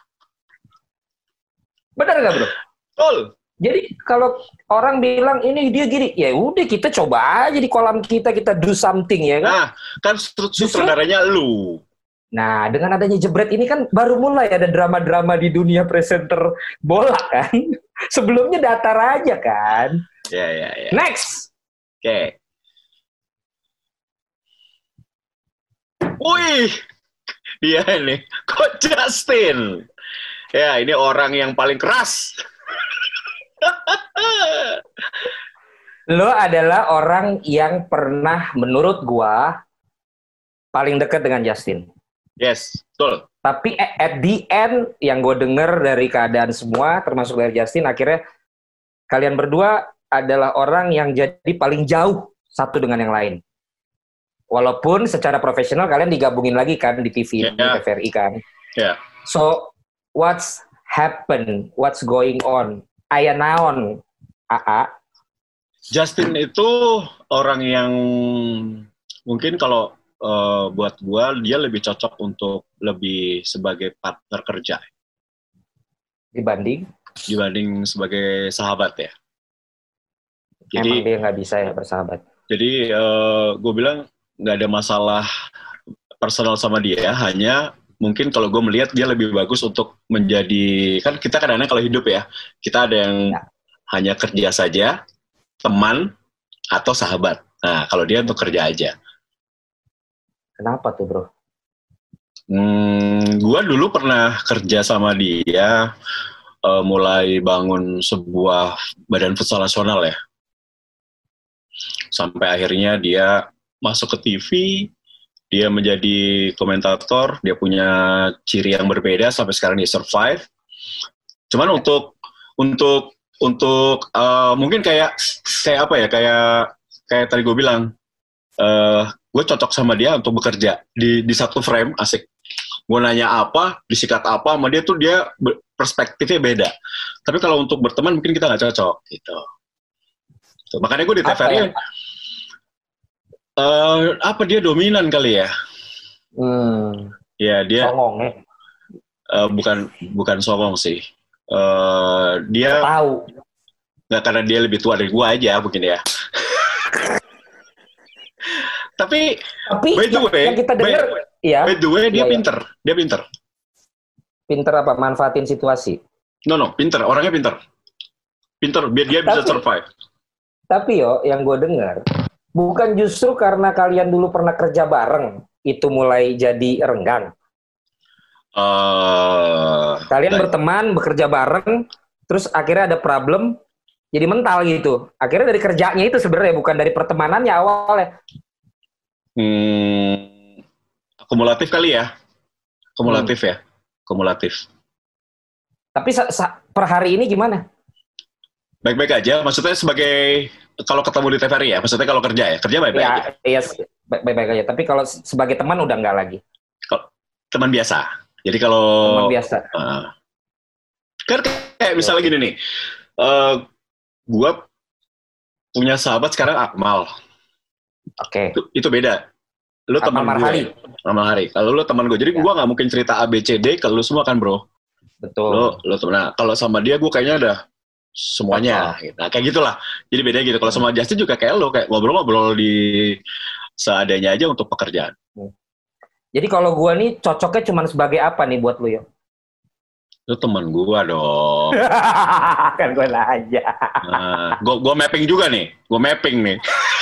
S2: Benar nggak bro?
S1: Betul.
S2: Jadi kalau orang bilang ini dia gini, ya udah kita coba aja di kolam kita do something ya kan.
S1: Nah, kan sutradaranya lu.
S2: Nah, dengan adanya Jebret ini kan baru mulai ada drama-drama di dunia presenter bola kan. Sebelumnya datar aja kan.
S1: Ya.
S2: Next.
S1: Oke. Wih, dia ini, Coach Justin. Ya, ini orang yang paling keras.
S2: Lo adalah orang yang pernah menurut gua paling dekat dengan Justin.
S1: Yes, betul.
S2: Tapi at the end yang gue denger dari keadaan semua, termasuk dari Justin, akhirnya kalian berdua adalah orang yang jadi paling jauh satu dengan yang lain. Walaupun secara profesional kalian digabungin lagi kan di TV, di TVRI kan.
S1: Yeah.
S2: So, what's happened? What's going on? Aya naon, AA?
S1: Justin itu orang yang mungkin kalau buat gua dia lebih cocok untuk lebih sebagai partner kerja
S2: dibanding
S1: sebagai sahabat ya. Jadi
S2: emang dia nggak bisa ya bersahabat.
S1: Jadi gue bilang nggak ada masalah personal sama dia, hanya mungkin kalau gue melihat dia lebih bagus untuk menjadi, kan kita kadang-kadang kalau hidup ya, kita ada yang hanya kerja saja, teman, atau sahabat. Nah, kalau dia untuk kerja aja.
S2: Kenapa tuh bro?
S1: Gue dulu pernah kerja sama dia, mulai bangun sebuah badan futsal nasional ya. Sampai akhirnya dia masuk ke TV, dia menjadi komentator, dia punya ciri yang berbeda sampai sekarang dia survive. Cuman untuk mungkin kayak apa ya, kayak tadi gue bilang, gue cocok sama dia untuk bekerja di satu frame, asik. Gue nanya apa, disikat apa sama dia tuh dia perspektifnya beda. Tapi kalau untuk berteman mungkin kita nggak cocok gitu. Makanya gue di TVRI dia dominan kali ya. Ya dia
S2: songong ya.
S1: Bukan songong sih. Dia
S2: tahu
S1: nggak, karena dia lebih tua dari gue aja mungkin ya. Tapi by the way,
S2: yang kita dengar
S1: by the way dia pinter. Dia pinter.
S2: Pinter apa? Manfaatin situasi.
S1: No, pinter. Orangnya pinter. Pinter biar dia bisa survive.
S2: Tapi yang gue dengar bukan justru karena kalian dulu pernah kerja bareng itu mulai jadi renggang. Kalian berteman, bekerja bareng, terus akhirnya ada problem, jadi mental gitu. Akhirnya dari kerjanya itu sebenarnya bukan dari pertemanannya awalnya.
S1: kumulatif kali ya. Kumulatif.
S2: Tapi per hari ini gimana?
S1: Baik-baik aja. Maksudnya sebagai kalau ketemu di TVRI ya. Maksudnya kalau kerja baik-baik
S2: Ya,
S1: aja.
S2: iya, baik-baik aja. Tapi kalau sebagai teman udah enggak lagi.
S1: Teman biasa. Jadi kalau
S2: Teman biasa.
S1: Kan kayak misalnya gini nih. Gue punya sahabat sekarang Akmal.
S2: Oke.
S1: Itu beda. Lu teman gue. Akmal Hari. Kalau lu teman gue. Jadi gue nggak mungkin cerita ABCD kalau lu semua kan, bro.
S2: Betul.
S1: Lu temen. Nah, kalau sama dia gue kayaknya udah semuanya. Nah, kayak gitulah. Jadi beda gitu. Kalau sama Justin juga kayak lu, kayak ngobrol-ngobrol di seadanya aja untuk pekerjaan.
S2: Jadi kalau gue nih cocoknya cuma sebagai apa nih buat lu, Yo?
S1: Lu teman gue dong.
S2: Kan gue aja.
S1: Gue mapping juga nih. Gue mapping nih.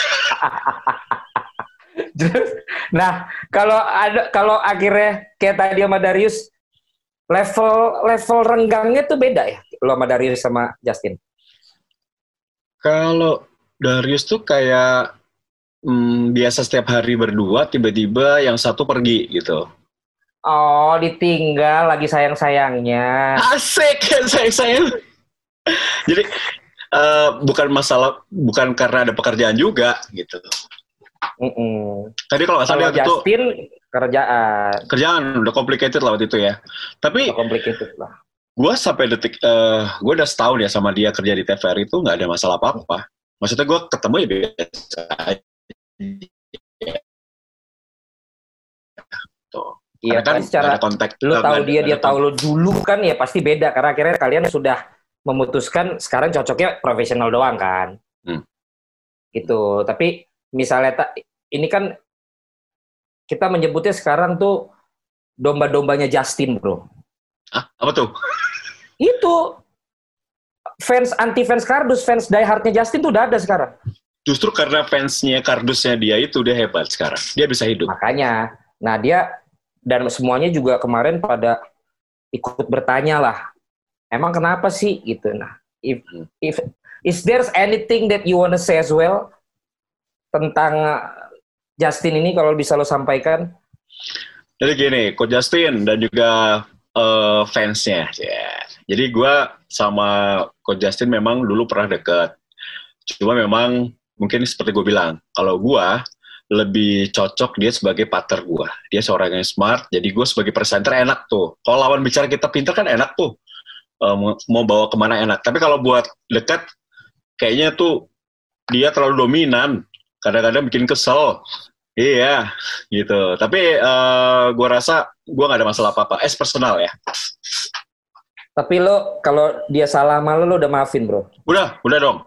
S2: Nah, kalau akhirnya kayak tadi sama Darius, level renggangnya tuh beda ya, lo sama Darius sama Justin.
S1: Kalau Darius tuh kayak biasa setiap hari berdua, tiba-tiba yang satu pergi gitu.
S2: Oh, ditinggal lagi sayang-sayangnya.
S1: Asik, sayang-sayang. Jadi bukan karena ada pekerjaan juga gitu. Tadi kalau nggak salah itu
S2: Justin kerjaan
S1: udah complicated lah waktu itu ya. Tapi
S2: complicated lah.
S1: Gue sampai detik gue udah setahun ya sama dia kerja di TVRI itu nggak ada masalah apa-apa. Maksudnya gue ketemu ya biasa aja. Tuh.
S2: Iya kan secara kontak, lu tahu dia tahu lu dulu kan ya pasti beda karena akhirnya kalian sudah memutuskan sekarang cocoknya profesional doang kan. Gitu. Tapi misalnya ini kan kita menyebutnya sekarang tuh domba-dombanya Justin, bro.
S1: Apa tuh?
S2: Itu anti-fans kardus, fans die hardnya Justin tuh udah ada sekarang.
S1: Justru karena fansnya kardusnya dia itu dia hebat sekarang. Dia bisa hidup.
S2: Makanya, nah dia dan semuanya juga kemarin pada ikut bertanya lah. Emang kenapa sih gitu? Nah, if is there's anything that you wanna say as well tentang Justin ini kalau bisa lo sampaikan?
S1: Jadi gini, Coach Justin dan juga fansnya. Yeah. Jadi gue sama Coach Justin memang dulu pernah dekat. Cuma memang mungkin seperti gue bilang, kalau gue lebih cocok dia sebagai partner gue. Dia seorang yang smart, jadi gue sebagai presenter enak tuh. Kalau lawan bicara kita pinter kan enak tuh. Mau bawa kemana enak. Tapi kalau buat dekat, kayaknya tuh dia terlalu dominan. Kadang-kadang bikin kesel. Iya, gitu. Tapi gue rasa gue gak ada masalah apa-apa. Personal ya.
S2: Tapi lo, kalau dia salah sama lo udah maafin, bro?
S1: Udah dong.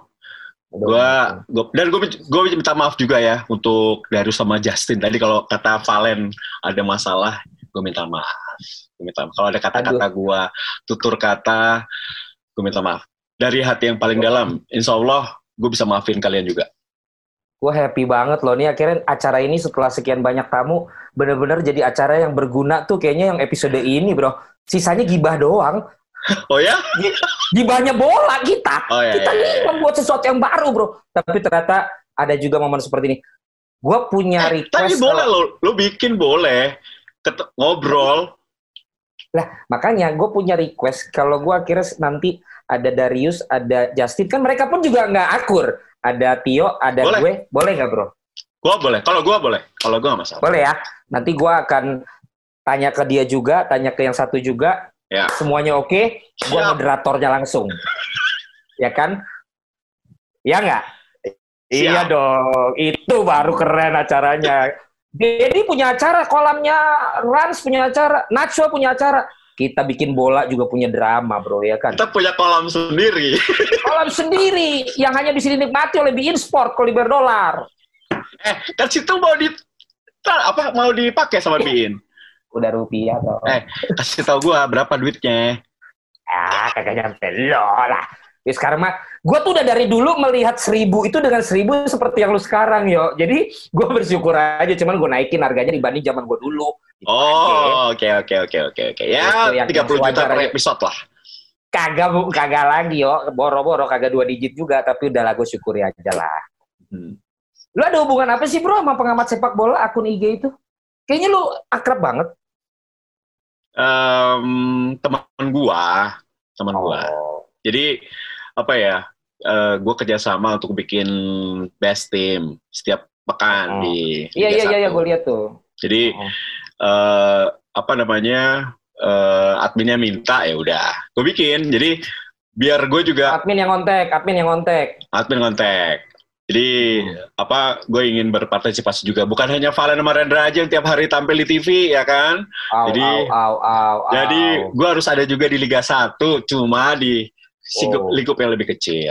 S1: Gue minta maaf juga ya untuk Darius sama Justin. Tadi kalau kata Valen ada masalah, gue minta maaf. Kalau ada kata-kata gue, tutur kata, gue minta maaf. Dari hati yang paling dalam, insya Allah gue bisa maafin kalian juga.
S2: Gue happy banget loh. Nih akhirnya acara ini setelah sekian banyak tamu, bener-bener jadi acara yang berguna tuh kayaknya yang episode ini, bro. Sisanya gibah doang.
S1: Oh ya?
S2: Gibahnya bola kita.
S1: Oh, iya,
S2: kita nih membuat sesuatu yang baru, bro. Tapi ternyata ada juga momen seperti ini. Gue punya request.
S1: Tapi boleh lo bikin boleh. Ngobrol.
S2: Lah, makanya gue punya request. Kalau gue akhirnya nanti ada Darius, ada Justin. Kan mereka pun juga nggak akur. Ada Tio, ada boleh. Gue. Boleh nggak, bro?
S1: Gue boleh. Kalau gue boleh. Kalau gue nggak masalah.
S2: Boleh ya. Nanti gue akan tanya ke dia juga, tanya ke yang satu juga.
S1: Ya.
S2: Semuanya oke, gue moderatornya langsung. Ya kan? Ya nggak? Iya dong, itu baru keren acaranya. Dedi punya acara, kolamnya Rans punya acara, Nacho punya acara. Kita bikin bola juga punya drama, bro, ya kan?
S1: Kita punya kolam sendiri.
S2: Kolam sendiri, yang hanya bisa dinikmati oleh Bein Sport, Koliber Dolar.
S1: Kan situ mau dipakai sama Bein.
S2: Udah rupiah dong.
S1: Kasih tau gue berapa duitnya.
S2: Kagak nyampe lo lah. Ya sekarang mah, gue tuh udah dari dulu melihat 1.000 itu dengan 1.000 seperti yang lu sekarang, yo. Jadi gue bersyukur aja, cuman gue naikin harganya dibanding zaman gue dulu.
S1: Oh, oke. Ya, 30 juta per episode lah.
S2: Kagak lagi, yo. Boro-boro, kagak 2 digit juga, tapi udah lah gue syukuri aja lah. Lu ada hubungan apa sih, bro, sama pengamat sepak bola akun IG itu? Kayaknya lu akrab banget.
S1: Teman gua. Jadi apa ya? Gue kerjasama untuk bikin best team setiap pekan di Liga 1.
S2: Iya, gue lihat tuh.
S1: Jadi apa namanya? Adminnya minta ya udah, gue bikin. Jadi biar gue juga
S2: admin yang kontak.
S1: Jadi apa? Gue ingin berpartisipasi juga. Bukan hanya Valen sama Rendra aja yang tiap hari tampil di TV ya kan? Jadi gue harus ada juga di Liga 1, cuma di lingkup yang lebih kecil.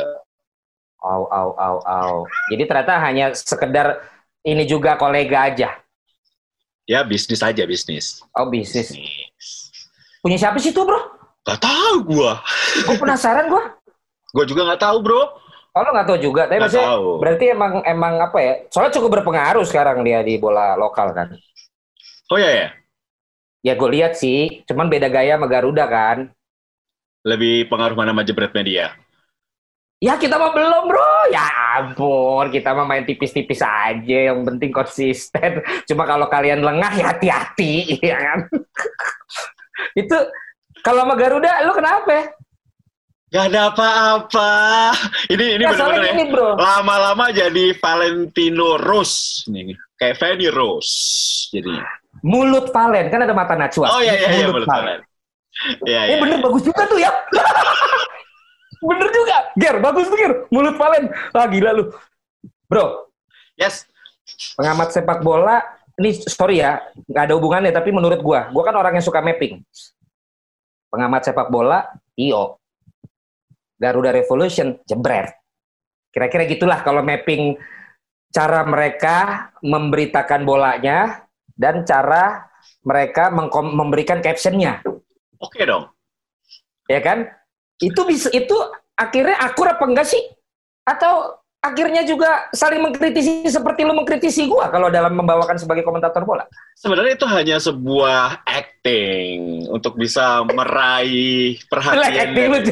S2: Jadi ternyata hanya sekedar ini juga kolega aja.
S1: Ya bisnis aja, bisnis.
S2: Oh bisnis. Punya siapa sih tuh bro?
S1: Gak tahu gue.
S2: Gue penasaran gue.
S1: Gue juga gak tahu bro.
S2: Oh lo gak tahu juga, tapi maksudnya berarti emang apa ya? Soalnya cukup berpengaruh sekarang dia di bola lokal kan.
S1: Oh ya.
S2: Ya gue lihat sih, cuman beda gaya sama Garuda kan.
S1: Lebih pengaruh mana sama Jebret Media?
S2: Ya kita mah belum bro, ya ampun, kita mah main tipis-tipis aja, yang penting konsisten. Cuma kalau kalian lengah ya hati-hati, ya kan? Itu kalau sama Garuda, lu kenapa?
S1: Gak ada apa-apa. Ini benar-benar ya.
S2: Bro. Lama-lama
S1: jadi Valentino Rose, nih kayak Fanny Rose. Jadi
S2: mulut Valen kan ada mata Najwa.
S1: Oh iya mulut Valen. Iya.
S2: Bener bagus juga tuh ya. Bener juga, Ger, bagus tuh Ger, mulut Valen. Wah gila lu. Bro.
S1: Yes.
S2: Pengamat sepak bola, ini sorry ya, nggak ada hubungannya, tapi menurut gua kan orang yang suka mapping. Pengamat sepak bola, Tio. Garuda Revolution, Jebret. Kira-kira gitulah kalau mapping cara mereka memberitakan bolanya dan cara mereka memberikan captionnya.
S1: Oke dong.
S2: Ya kan? Itu akhirnya akur apa enggak sih? Atau akhirnya juga saling mengkritisi seperti lu mengkritisi gua kalau dalam membawakan sebagai komentator bola?
S1: Sebenarnya itu hanya sebuah acting untuk bisa meraih perhatian.
S2: Acting lu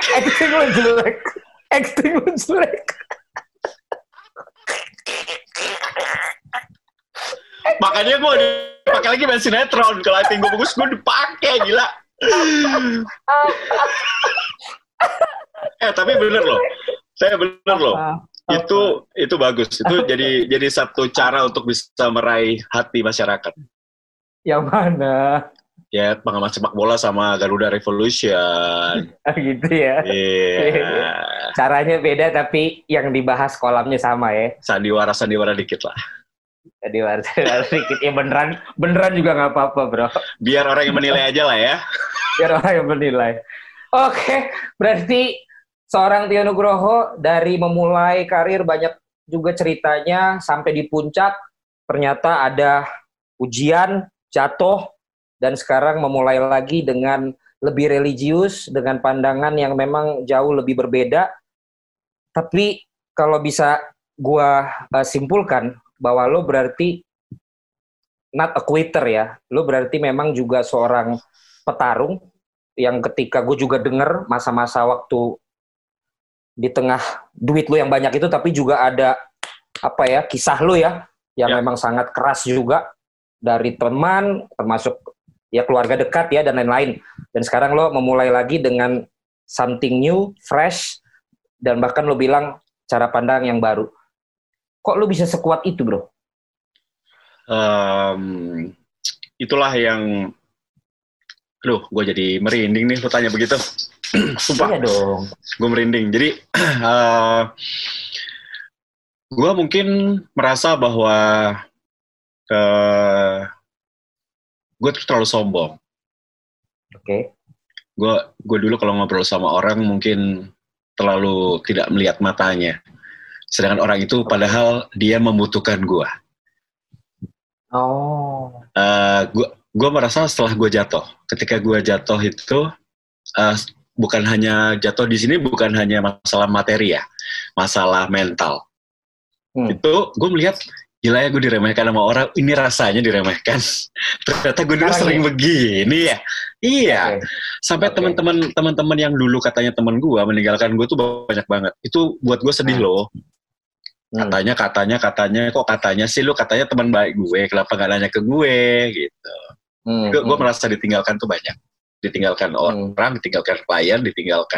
S2: jelek.
S1: Makanya gue dipakai lagi main sinetron. Kalau acting gue bagus, gue dipakai, gila. Tapi bener loh. Itu bagus. Itu jadi satu cara untuk bisa meraih hati masyarakat.
S2: Yang mana?
S1: Ya, pengamat sepak bola sama Garuda Revolution.
S2: Gitu ya.
S1: Iya.
S2: Caranya beda tapi yang dibahas kolamnya sama ya.
S1: Sandiwara dikit lah.
S2: Sandiwara dikit. Ya beneran juga nggak apa-apa bro.
S1: Biar orang yang menilai aja lah ya.
S2: Biar orang yang menilai. Oke, berarti seorang Tio Nugroho dari memulai karir banyak juga ceritanya sampai di puncak ternyata ada ujian, jatuh, dan sekarang memulai lagi dengan lebih religius, dengan pandangan yang memang jauh lebih berbeda. Tapi kalau bisa gua simpulkan bahwa lo berarti not a quitter ya. Lo berarti memang juga seorang petarung yang ketika gue juga dengar masa-masa waktu di tengah duit lo yang banyak itu, tapi juga ada kisah lo ya yang memang sangat keras juga dari teman, termasuk ya keluarga dekat ya dan lain-lain. Dan sekarang lo memulai lagi dengan something new, fresh, dan bahkan lo bilang cara pandang yang baru. Kok lo bisa sekuat itu bro?
S1: Itulah yang gue jadi merinding nih lo tanya begitu. Sumpah.
S2: Iya dong.
S1: Gue merinding. Jadi gue mungkin merasa bahwa gue terlalu sombong.
S2: Oke.
S1: Gue dulu kalau ngobrol sama orang mungkin terlalu tidak melihat matanya. Sedangkan orang itu padahal dia membutuhkan gue.
S2: Oh.
S1: Gue merasa setelah gue jatuh, ketika gue jatuh itu bukan hanya jatuh di sini, bukan hanya masalah materi ya, masalah mental. Itu gue melihat gila ya gue diremehkan sama orang, ini rasanya diremehkan. Ternyata gue dulu sering begini ya. Iya. Sampai teman-teman yang dulu katanya teman gue meninggalkan gue tuh banyak banget. Itu buat gue sedih loh. Katanya kok katanya sih lu katanya teman baik gue, kenapa gak nanya ke gue gitu. Gue merasa ditinggalkan tuh banyak. Ditinggalkan orang, ditinggalkan klien, ditinggalkan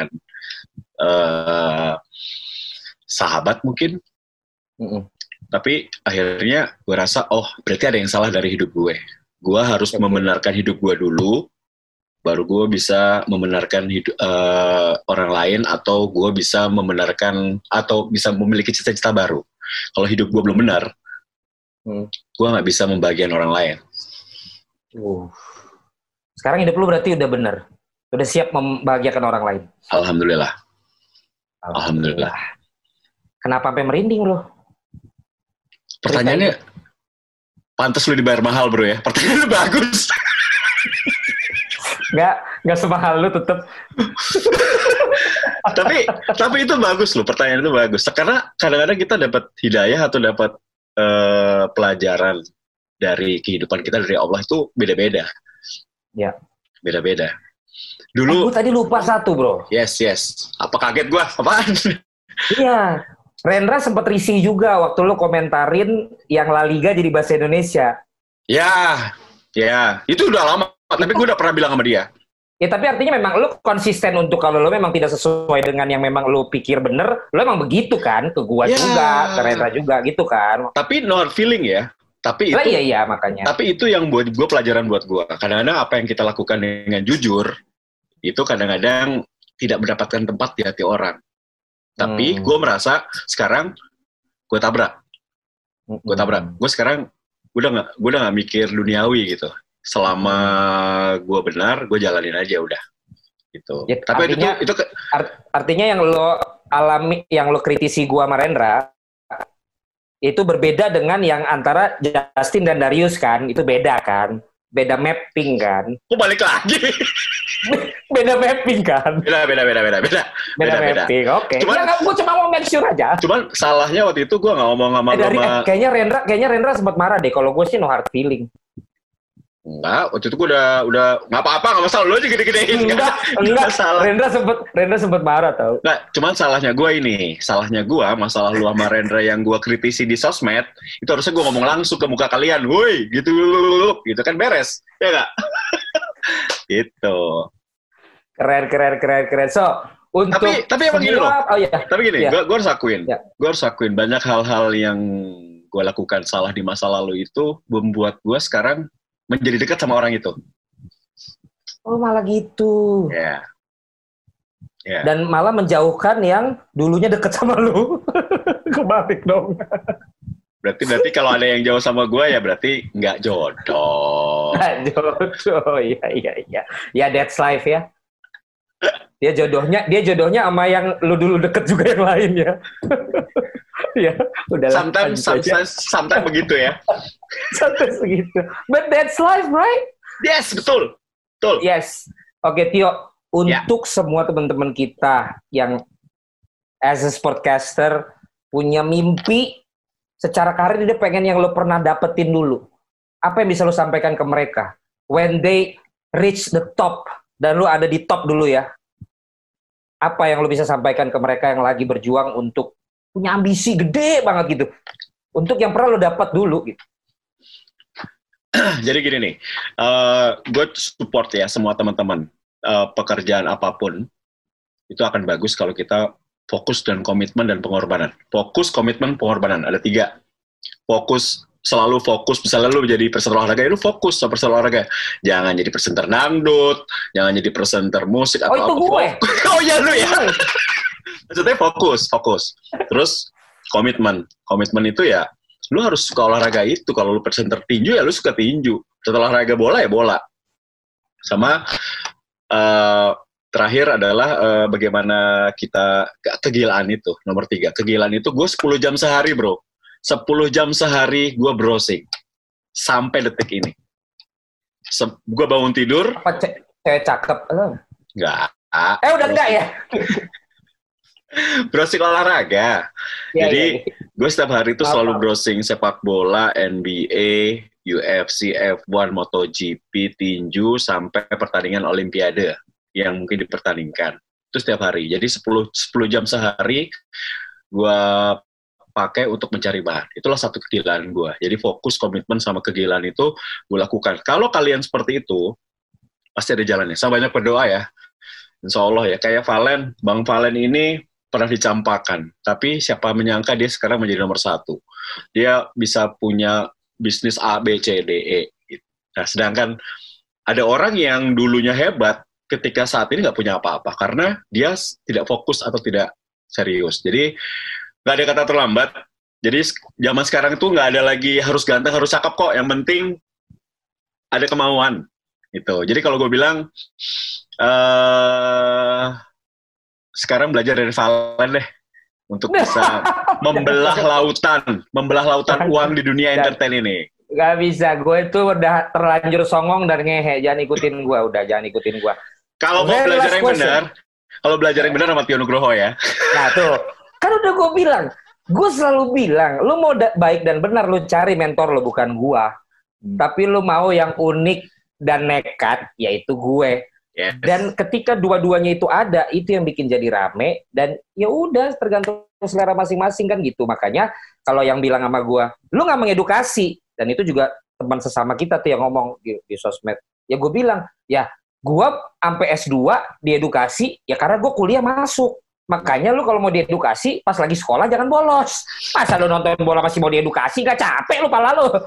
S1: sahabat mungkin. Tapi akhirnya gue rasa, oh berarti ada yang salah dari hidup gue. Gue harus membenarkan hidup gue dulu, baru gue bisa membenarkan hidup orang lain, atau gue bisa membenarkan atau bisa memiliki cita-cita baru. Kalau hidup gue belum benar, gue nggak bisa membagian orang lain.
S2: Sekarang hidup lu berarti udah benar, udah siap membahagiakan orang lain.
S1: Alhamdulillah.
S2: Kenapa sampai merinding lu?
S1: Pertanyaannya, pantas lu dibayar mahal bro ya? Pertanyaannya bagus.
S2: Nggak semahal lu tetep.
S1: tapi itu bagus loh, pertanyaan itu bagus. Karena kadang-kadang kita dapat hidayah atau dapat pelajaran dari kehidupan kita dari Allah itu beda-beda.
S2: Ya.
S1: Beda-beda. Dulu.
S2: Aku tadi lupa satu bro.
S1: Yes. Apa kaget gua? Apaan?
S2: Iya. Rendra sempat risih juga waktu lu komentarin yang La Liga jadi bahasa Indonesia.
S1: Ya. Itu udah lama. Tapi gue udah pernah bilang sama dia.
S2: Ya tapi artinya memang lu konsisten untuk kalau lu memang tidak sesuai dengan yang memang lu pikir bener, lu emang begitu kan? Ke gua juga, ke Rendra juga gitu kan?
S1: Tapi no hard feeling ya. Tapi itu.
S2: Iya makanya.
S1: Tapi itu yang buat gue pelajaran buat gue. Kadang-kadang apa yang kita lakukan dengan jujur itu kadang-kadang tidak mendapatkan tempat di hati orang. Tapi gue merasa sekarang gue tabrak. Gue sekarang gue udah nggak mikir duniawi gitu. Selama gue benar, gue jalanin aja udah. Gitu. Ya, tapi
S2: artinya yang lo alami, yang lo kritisi gue sama Rendra, itu berbeda dengan yang antara Justin dan Darius kan? Itu beda kan? Beda mapping kan?
S1: Kok balik lagi?
S2: Beda mapping kan?
S1: Beda
S2: mapping, oke. Ya, gue cuma mau make sure aja.
S1: Cuman salahnya waktu itu gue nggak ngomong sama
S2: kayaknya Rendra sempat marah deh. Kalau gue sih no hard feeling.
S1: Enggak, waktu itu gue udah nggak apa-apa, nggak masalah, lo aja gede-gedein.
S2: Enggak, Rendra sempet marah tau.
S1: Nggak, cuman salahnya gue, masalah lu sama Rendra yang gue kritisi di sosmed, itu harusnya gue ngomong langsung ke muka kalian, woi, gitu kan beres, ya nggak? Gitu.
S2: Keren. So, untuk
S1: tapi emang gini loh.
S2: Oh iya.
S1: Tapi gini, gue harus akuin banyak hal-hal yang gue lakukan salah di masa lalu itu membuat gue sekarang menjadi dekat sama orang itu.
S2: Oh malah gitu.
S1: Ya. Yeah.
S2: Dan malah menjauhkan yang dulunya dekat sama lu. Kebalik dong.
S1: Berarti kalau ada yang jauh sama gue ya berarti nggak jodoh.
S2: Nggak jodoh, iya. Ya that's life ya. Dia jodohnya sama yang lu dulu deket juga yang lain ya. Ya, udah. Sometimes
S1: begitu ya.
S2: Sometimes begitu. But that's life, right?
S1: Yes, betul.
S2: Yes. Oke, Tio. Untuk semua teman-teman kita yang as a sportcaster punya mimpi secara karir, dia pengen yang lo pernah dapetin dulu. Apa yang bisa lo sampaikan ke mereka? When they reach the top, dan lo ada di top dulu ya. Apa yang lo bisa sampaikan ke mereka yang lagi berjuang untuk punya ambisi gede banget gitu. Untuk yang pernah lo dapat dulu gitu.
S1: Jadi gini nih, gue support ya semua teman-teman. Pekerjaan apapun, itu akan bagus kalau kita fokus dan komitmen dan pengorbanan. Fokus, komitmen, pengorbanan. Ada 3. Selalu fokus. Misalnya lu jadi presenter olahraga, lu fokus sama presenter olahraga. Jangan jadi presenter dangdut, jangan jadi presenter musik.
S2: Oh, itu gue?
S1: Oh iya, lu ya. Maksudnya fokus. Terus komitmen itu ya lu harus suka olahraga itu. Kalau lu presenter tinju ya lu suka tinju. Setelah olahraga bola ya bola. Sama terakhir adalah bagaimana kita kegilaan itu. Nomor 3, kegilaan itu gue 10 jam sehari bro. 10 jam sehari gue browsing sampai detik ini. Gue bangun tidur.
S2: Apa cewek cakep?
S1: Enggak.
S2: Udah enggak ya?
S1: Browsing olahraga. Jadi gue setiap hari itu selalu browsing sepak bola, NBA, UFC, F1, MotoGP, tinju, sampai pertandingan Olimpiade yang mungkin dipertandingkan. Itu setiap hari. Jadi 10 jam sehari gue pakai untuk mencari bahan. Itulah satu kegilaan gue. Jadi fokus, komitmen sama kegilaan itu gue lakukan. Kalau kalian seperti itu, pasti ada jalannya. Saya banyak berdoa ya. Insya Allah ya. Kayak Valen, Bang Valen ini pernah dicampakkan. Tapi siapa menyangka dia sekarang menjadi nomor 1. Dia bisa punya bisnis A, B, C, D, E. Nah, sedangkan ada orang yang dulunya hebat, ketika saat ini nggak punya apa-apa. Karena dia tidak fokus atau tidak serius. Jadi nggak ada kata terlambat. Jadi zaman sekarang itu nggak ada lagi harus ganteng, harus cakep kok. Yang penting ada kemauan. Gitu. Jadi kalau gue bilang sekarang belajar dari Valen deh untuk bisa membelah lautan uang di dunia entertain ini.
S2: Gak bisa, gue itu udah terlanjur songong dan ngehe. Jangan ikutin gue.
S1: Kalau mau belajar yang benar sama Tio Nugroho ya.
S2: Nah tuh, kan udah gue selalu bilang, lu mau baik dan benar, lu cari mentor lu, bukan gua. Tapi lu mau yang unik dan nekat, yaitu gue.
S1: Yes.
S2: Dan ketika dua-duanya itu ada, itu yang bikin jadi rame. Dan ya udah, tergantung selera masing-masing kan gitu. Makanya kalau yang bilang sama gua, lu nggak mengedukasi. Dan itu juga teman sesama kita tuh yang ngomong di sosmed. Ya gue bilang, ya gua sampai S2 di edukasi, ya karena gue kuliah masuk. Makanya lu kalau mau diedukasi, pas lagi sekolah jangan bolos. Masa lu nonton bola masih mau diedukasi, gak capek lu pala lu.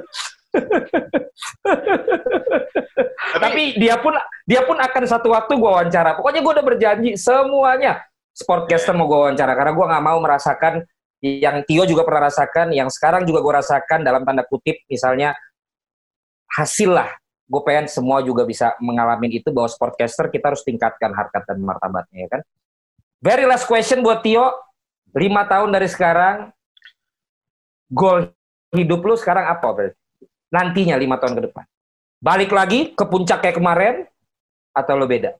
S2: Tapi dia pun akan satu waktu gue wawancara. Pokoknya gue udah berjanji semuanya Sportcaster mau gue wawancara. Karena gue gak mau merasakan yang Tio juga pernah rasakan, yang sekarang juga gue rasakan dalam tanda kutip, misalnya hasil lah. Gue pengen semua juga bisa mengalami itu, bahwa Sportcaster kita harus tingkatkan harkat dan martabatnya, ya kan? Very last question buat Tio. 5 tahun dari sekarang, goal hidup lu sekarang apa berarti? Nantinya 5 tahun ke depan. Balik lagi ke puncak kayak kemarin, atau lo beda?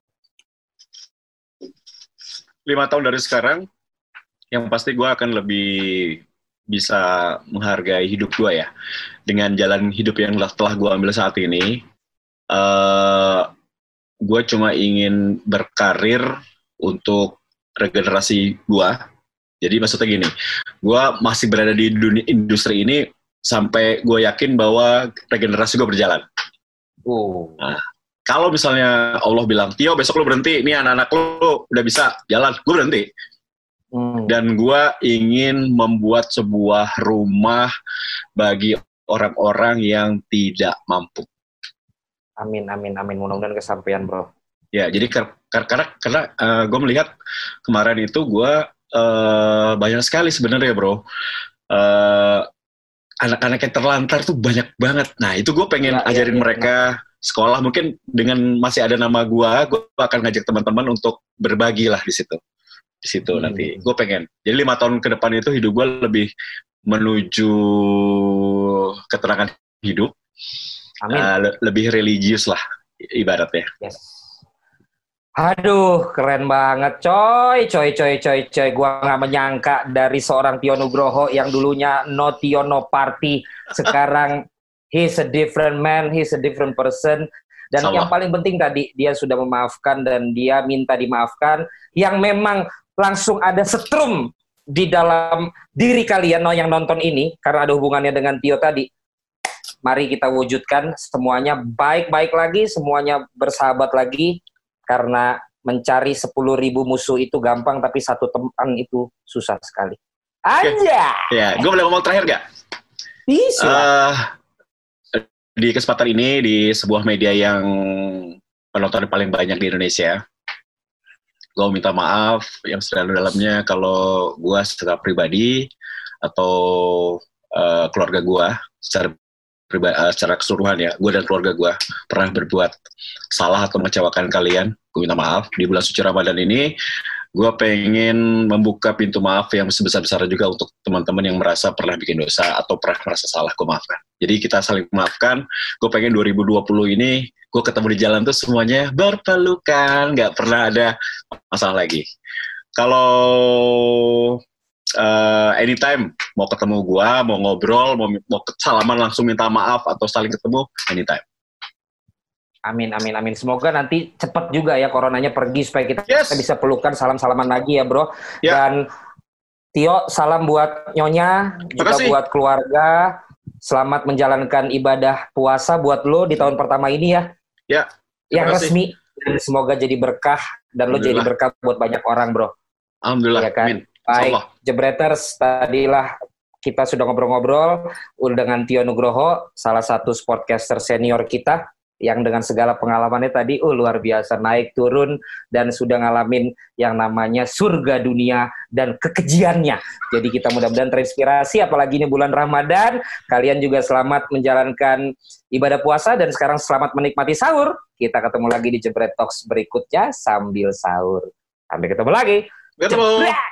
S1: 5 tahun dari sekarang, yang pasti gue akan lebih bisa menghargai hidup gue ya. Dengan jalan hidup yang telah gue ambil saat ini, gue cuma ingin berkarir untuk regenerasi gue. Jadi maksudnya gini, gue masih berada di dunia industri ini sampai gue yakin bahwa regenerasi gue berjalan. Nah, kalau misalnya Allah bilang, Tio besok lo berhenti, ini anak-anak lo udah bisa jalan, gue berhenti. Dan gue ingin membuat sebuah rumah bagi orang-orang yang tidak mampu.
S2: Amin. Mudah-mudahan kesampaian, bro.
S1: Ya, jadi karena gue melihat kemarin itu gue banyak sekali sebenarnya, bro. Anak-anak yang terlantar tuh banyak banget. Nah, itu gue pengen ajarin mereka sekolah. Mungkin dengan masih ada nama gue akan ngajak teman-teman untuk berbagi lah di situ. Di situ nanti. Gue pengen. Jadi 5 tahun ke depan itu hidup gue lebih menuju keterangan hidup. Amin. Lebih religius lah ibaratnya.
S2: Yes. Aduh, keren banget, coy. Gua nggak menyangka dari seorang Tio Nugroho yang dulunya no Tio no party, sekarang he's a different man, he's a different person. Dan yang paling penting tadi, dia sudah memaafkan dan dia minta dimaafkan. Yang memang langsung ada setrum di dalam diri kalian yang nonton ini, karena ada hubungannya dengan Tio tadi. Mari kita wujudkan semuanya baik-baik lagi, semuanya bersahabat lagi. Karena mencari 10.000 musuh itu gampang, tapi satu teman itu susah sekali. Aja.
S1: Ya, gue boleh ngomong terakhir gak?
S2: Bisa.
S1: Di kesempatan ini di sebuah media yang penonton paling banyak di Indonesia, gue minta maaf yang sedalam-dalamnya kalau gue secara pribadi atau keluarga gue secara keseluruhan ya, gue dan keluarga gue pernah berbuat salah atau mengecewakan kalian. Gue minta maaf. Di bulan suci Ramadan ini, gue pengen membuka pintu maaf yang sebesar-besarnya juga untuk teman-teman yang merasa pernah bikin dosa atau pernah merasa salah, gue maafkan. Jadi kita saling memaafkan. Gue pengen 2020 ini, gue ketemu di jalan tuh semuanya berpelukan, gak pernah ada masalah lagi. Kalau anytime mau ketemu gua, mau ngobrol, mau salaman langsung minta maaf atau saling ketemu, anytime.
S2: Amin. Semoga nanti cepat juga ya coronanya pergi supaya kita bisa pelukan, salam-salaman lagi ya, bro. Dan Tio, salam buat Nyonya, juga
S1: Makasih.
S2: buat keluarga. Selamat menjalankan ibadah puasa buat lo di tahun pertama ini ya.
S1: Ya.
S2: Yang
S1: Terima kasih.
S2: resmi. Dan semoga jadi berkah dan lo jadi
S1: Alhamdulillah.
S2: berkah buat banyak orang, bro.
S1: Alhamdulillah.
S2: Ya kan?
S1: Amin.
S2: Baik,
S1: Insyaallah.
S2: Jebreters, tadilah kita sudah ngobrol-ngobrol dengan Tio Nugroho, salah satu sportcaster senior kita yang dengan segala pengalamannya tadi luar biasa, naik turun dan sudah ngalamin yang namanya surga dunia dan kekejiannya. Jadi kita mudah-mudahan terinspirasi, apalagi ini bulan Ramadan. Kalian juga selamat menjalankan ibadah puasa dan sekarang selamat menikmati sahur. Kita ketemu lagi di Jebret Talks berikutnya sambil sahur. Sampai ketemu lagi.
S1: Ketemu.
S2: Jebret!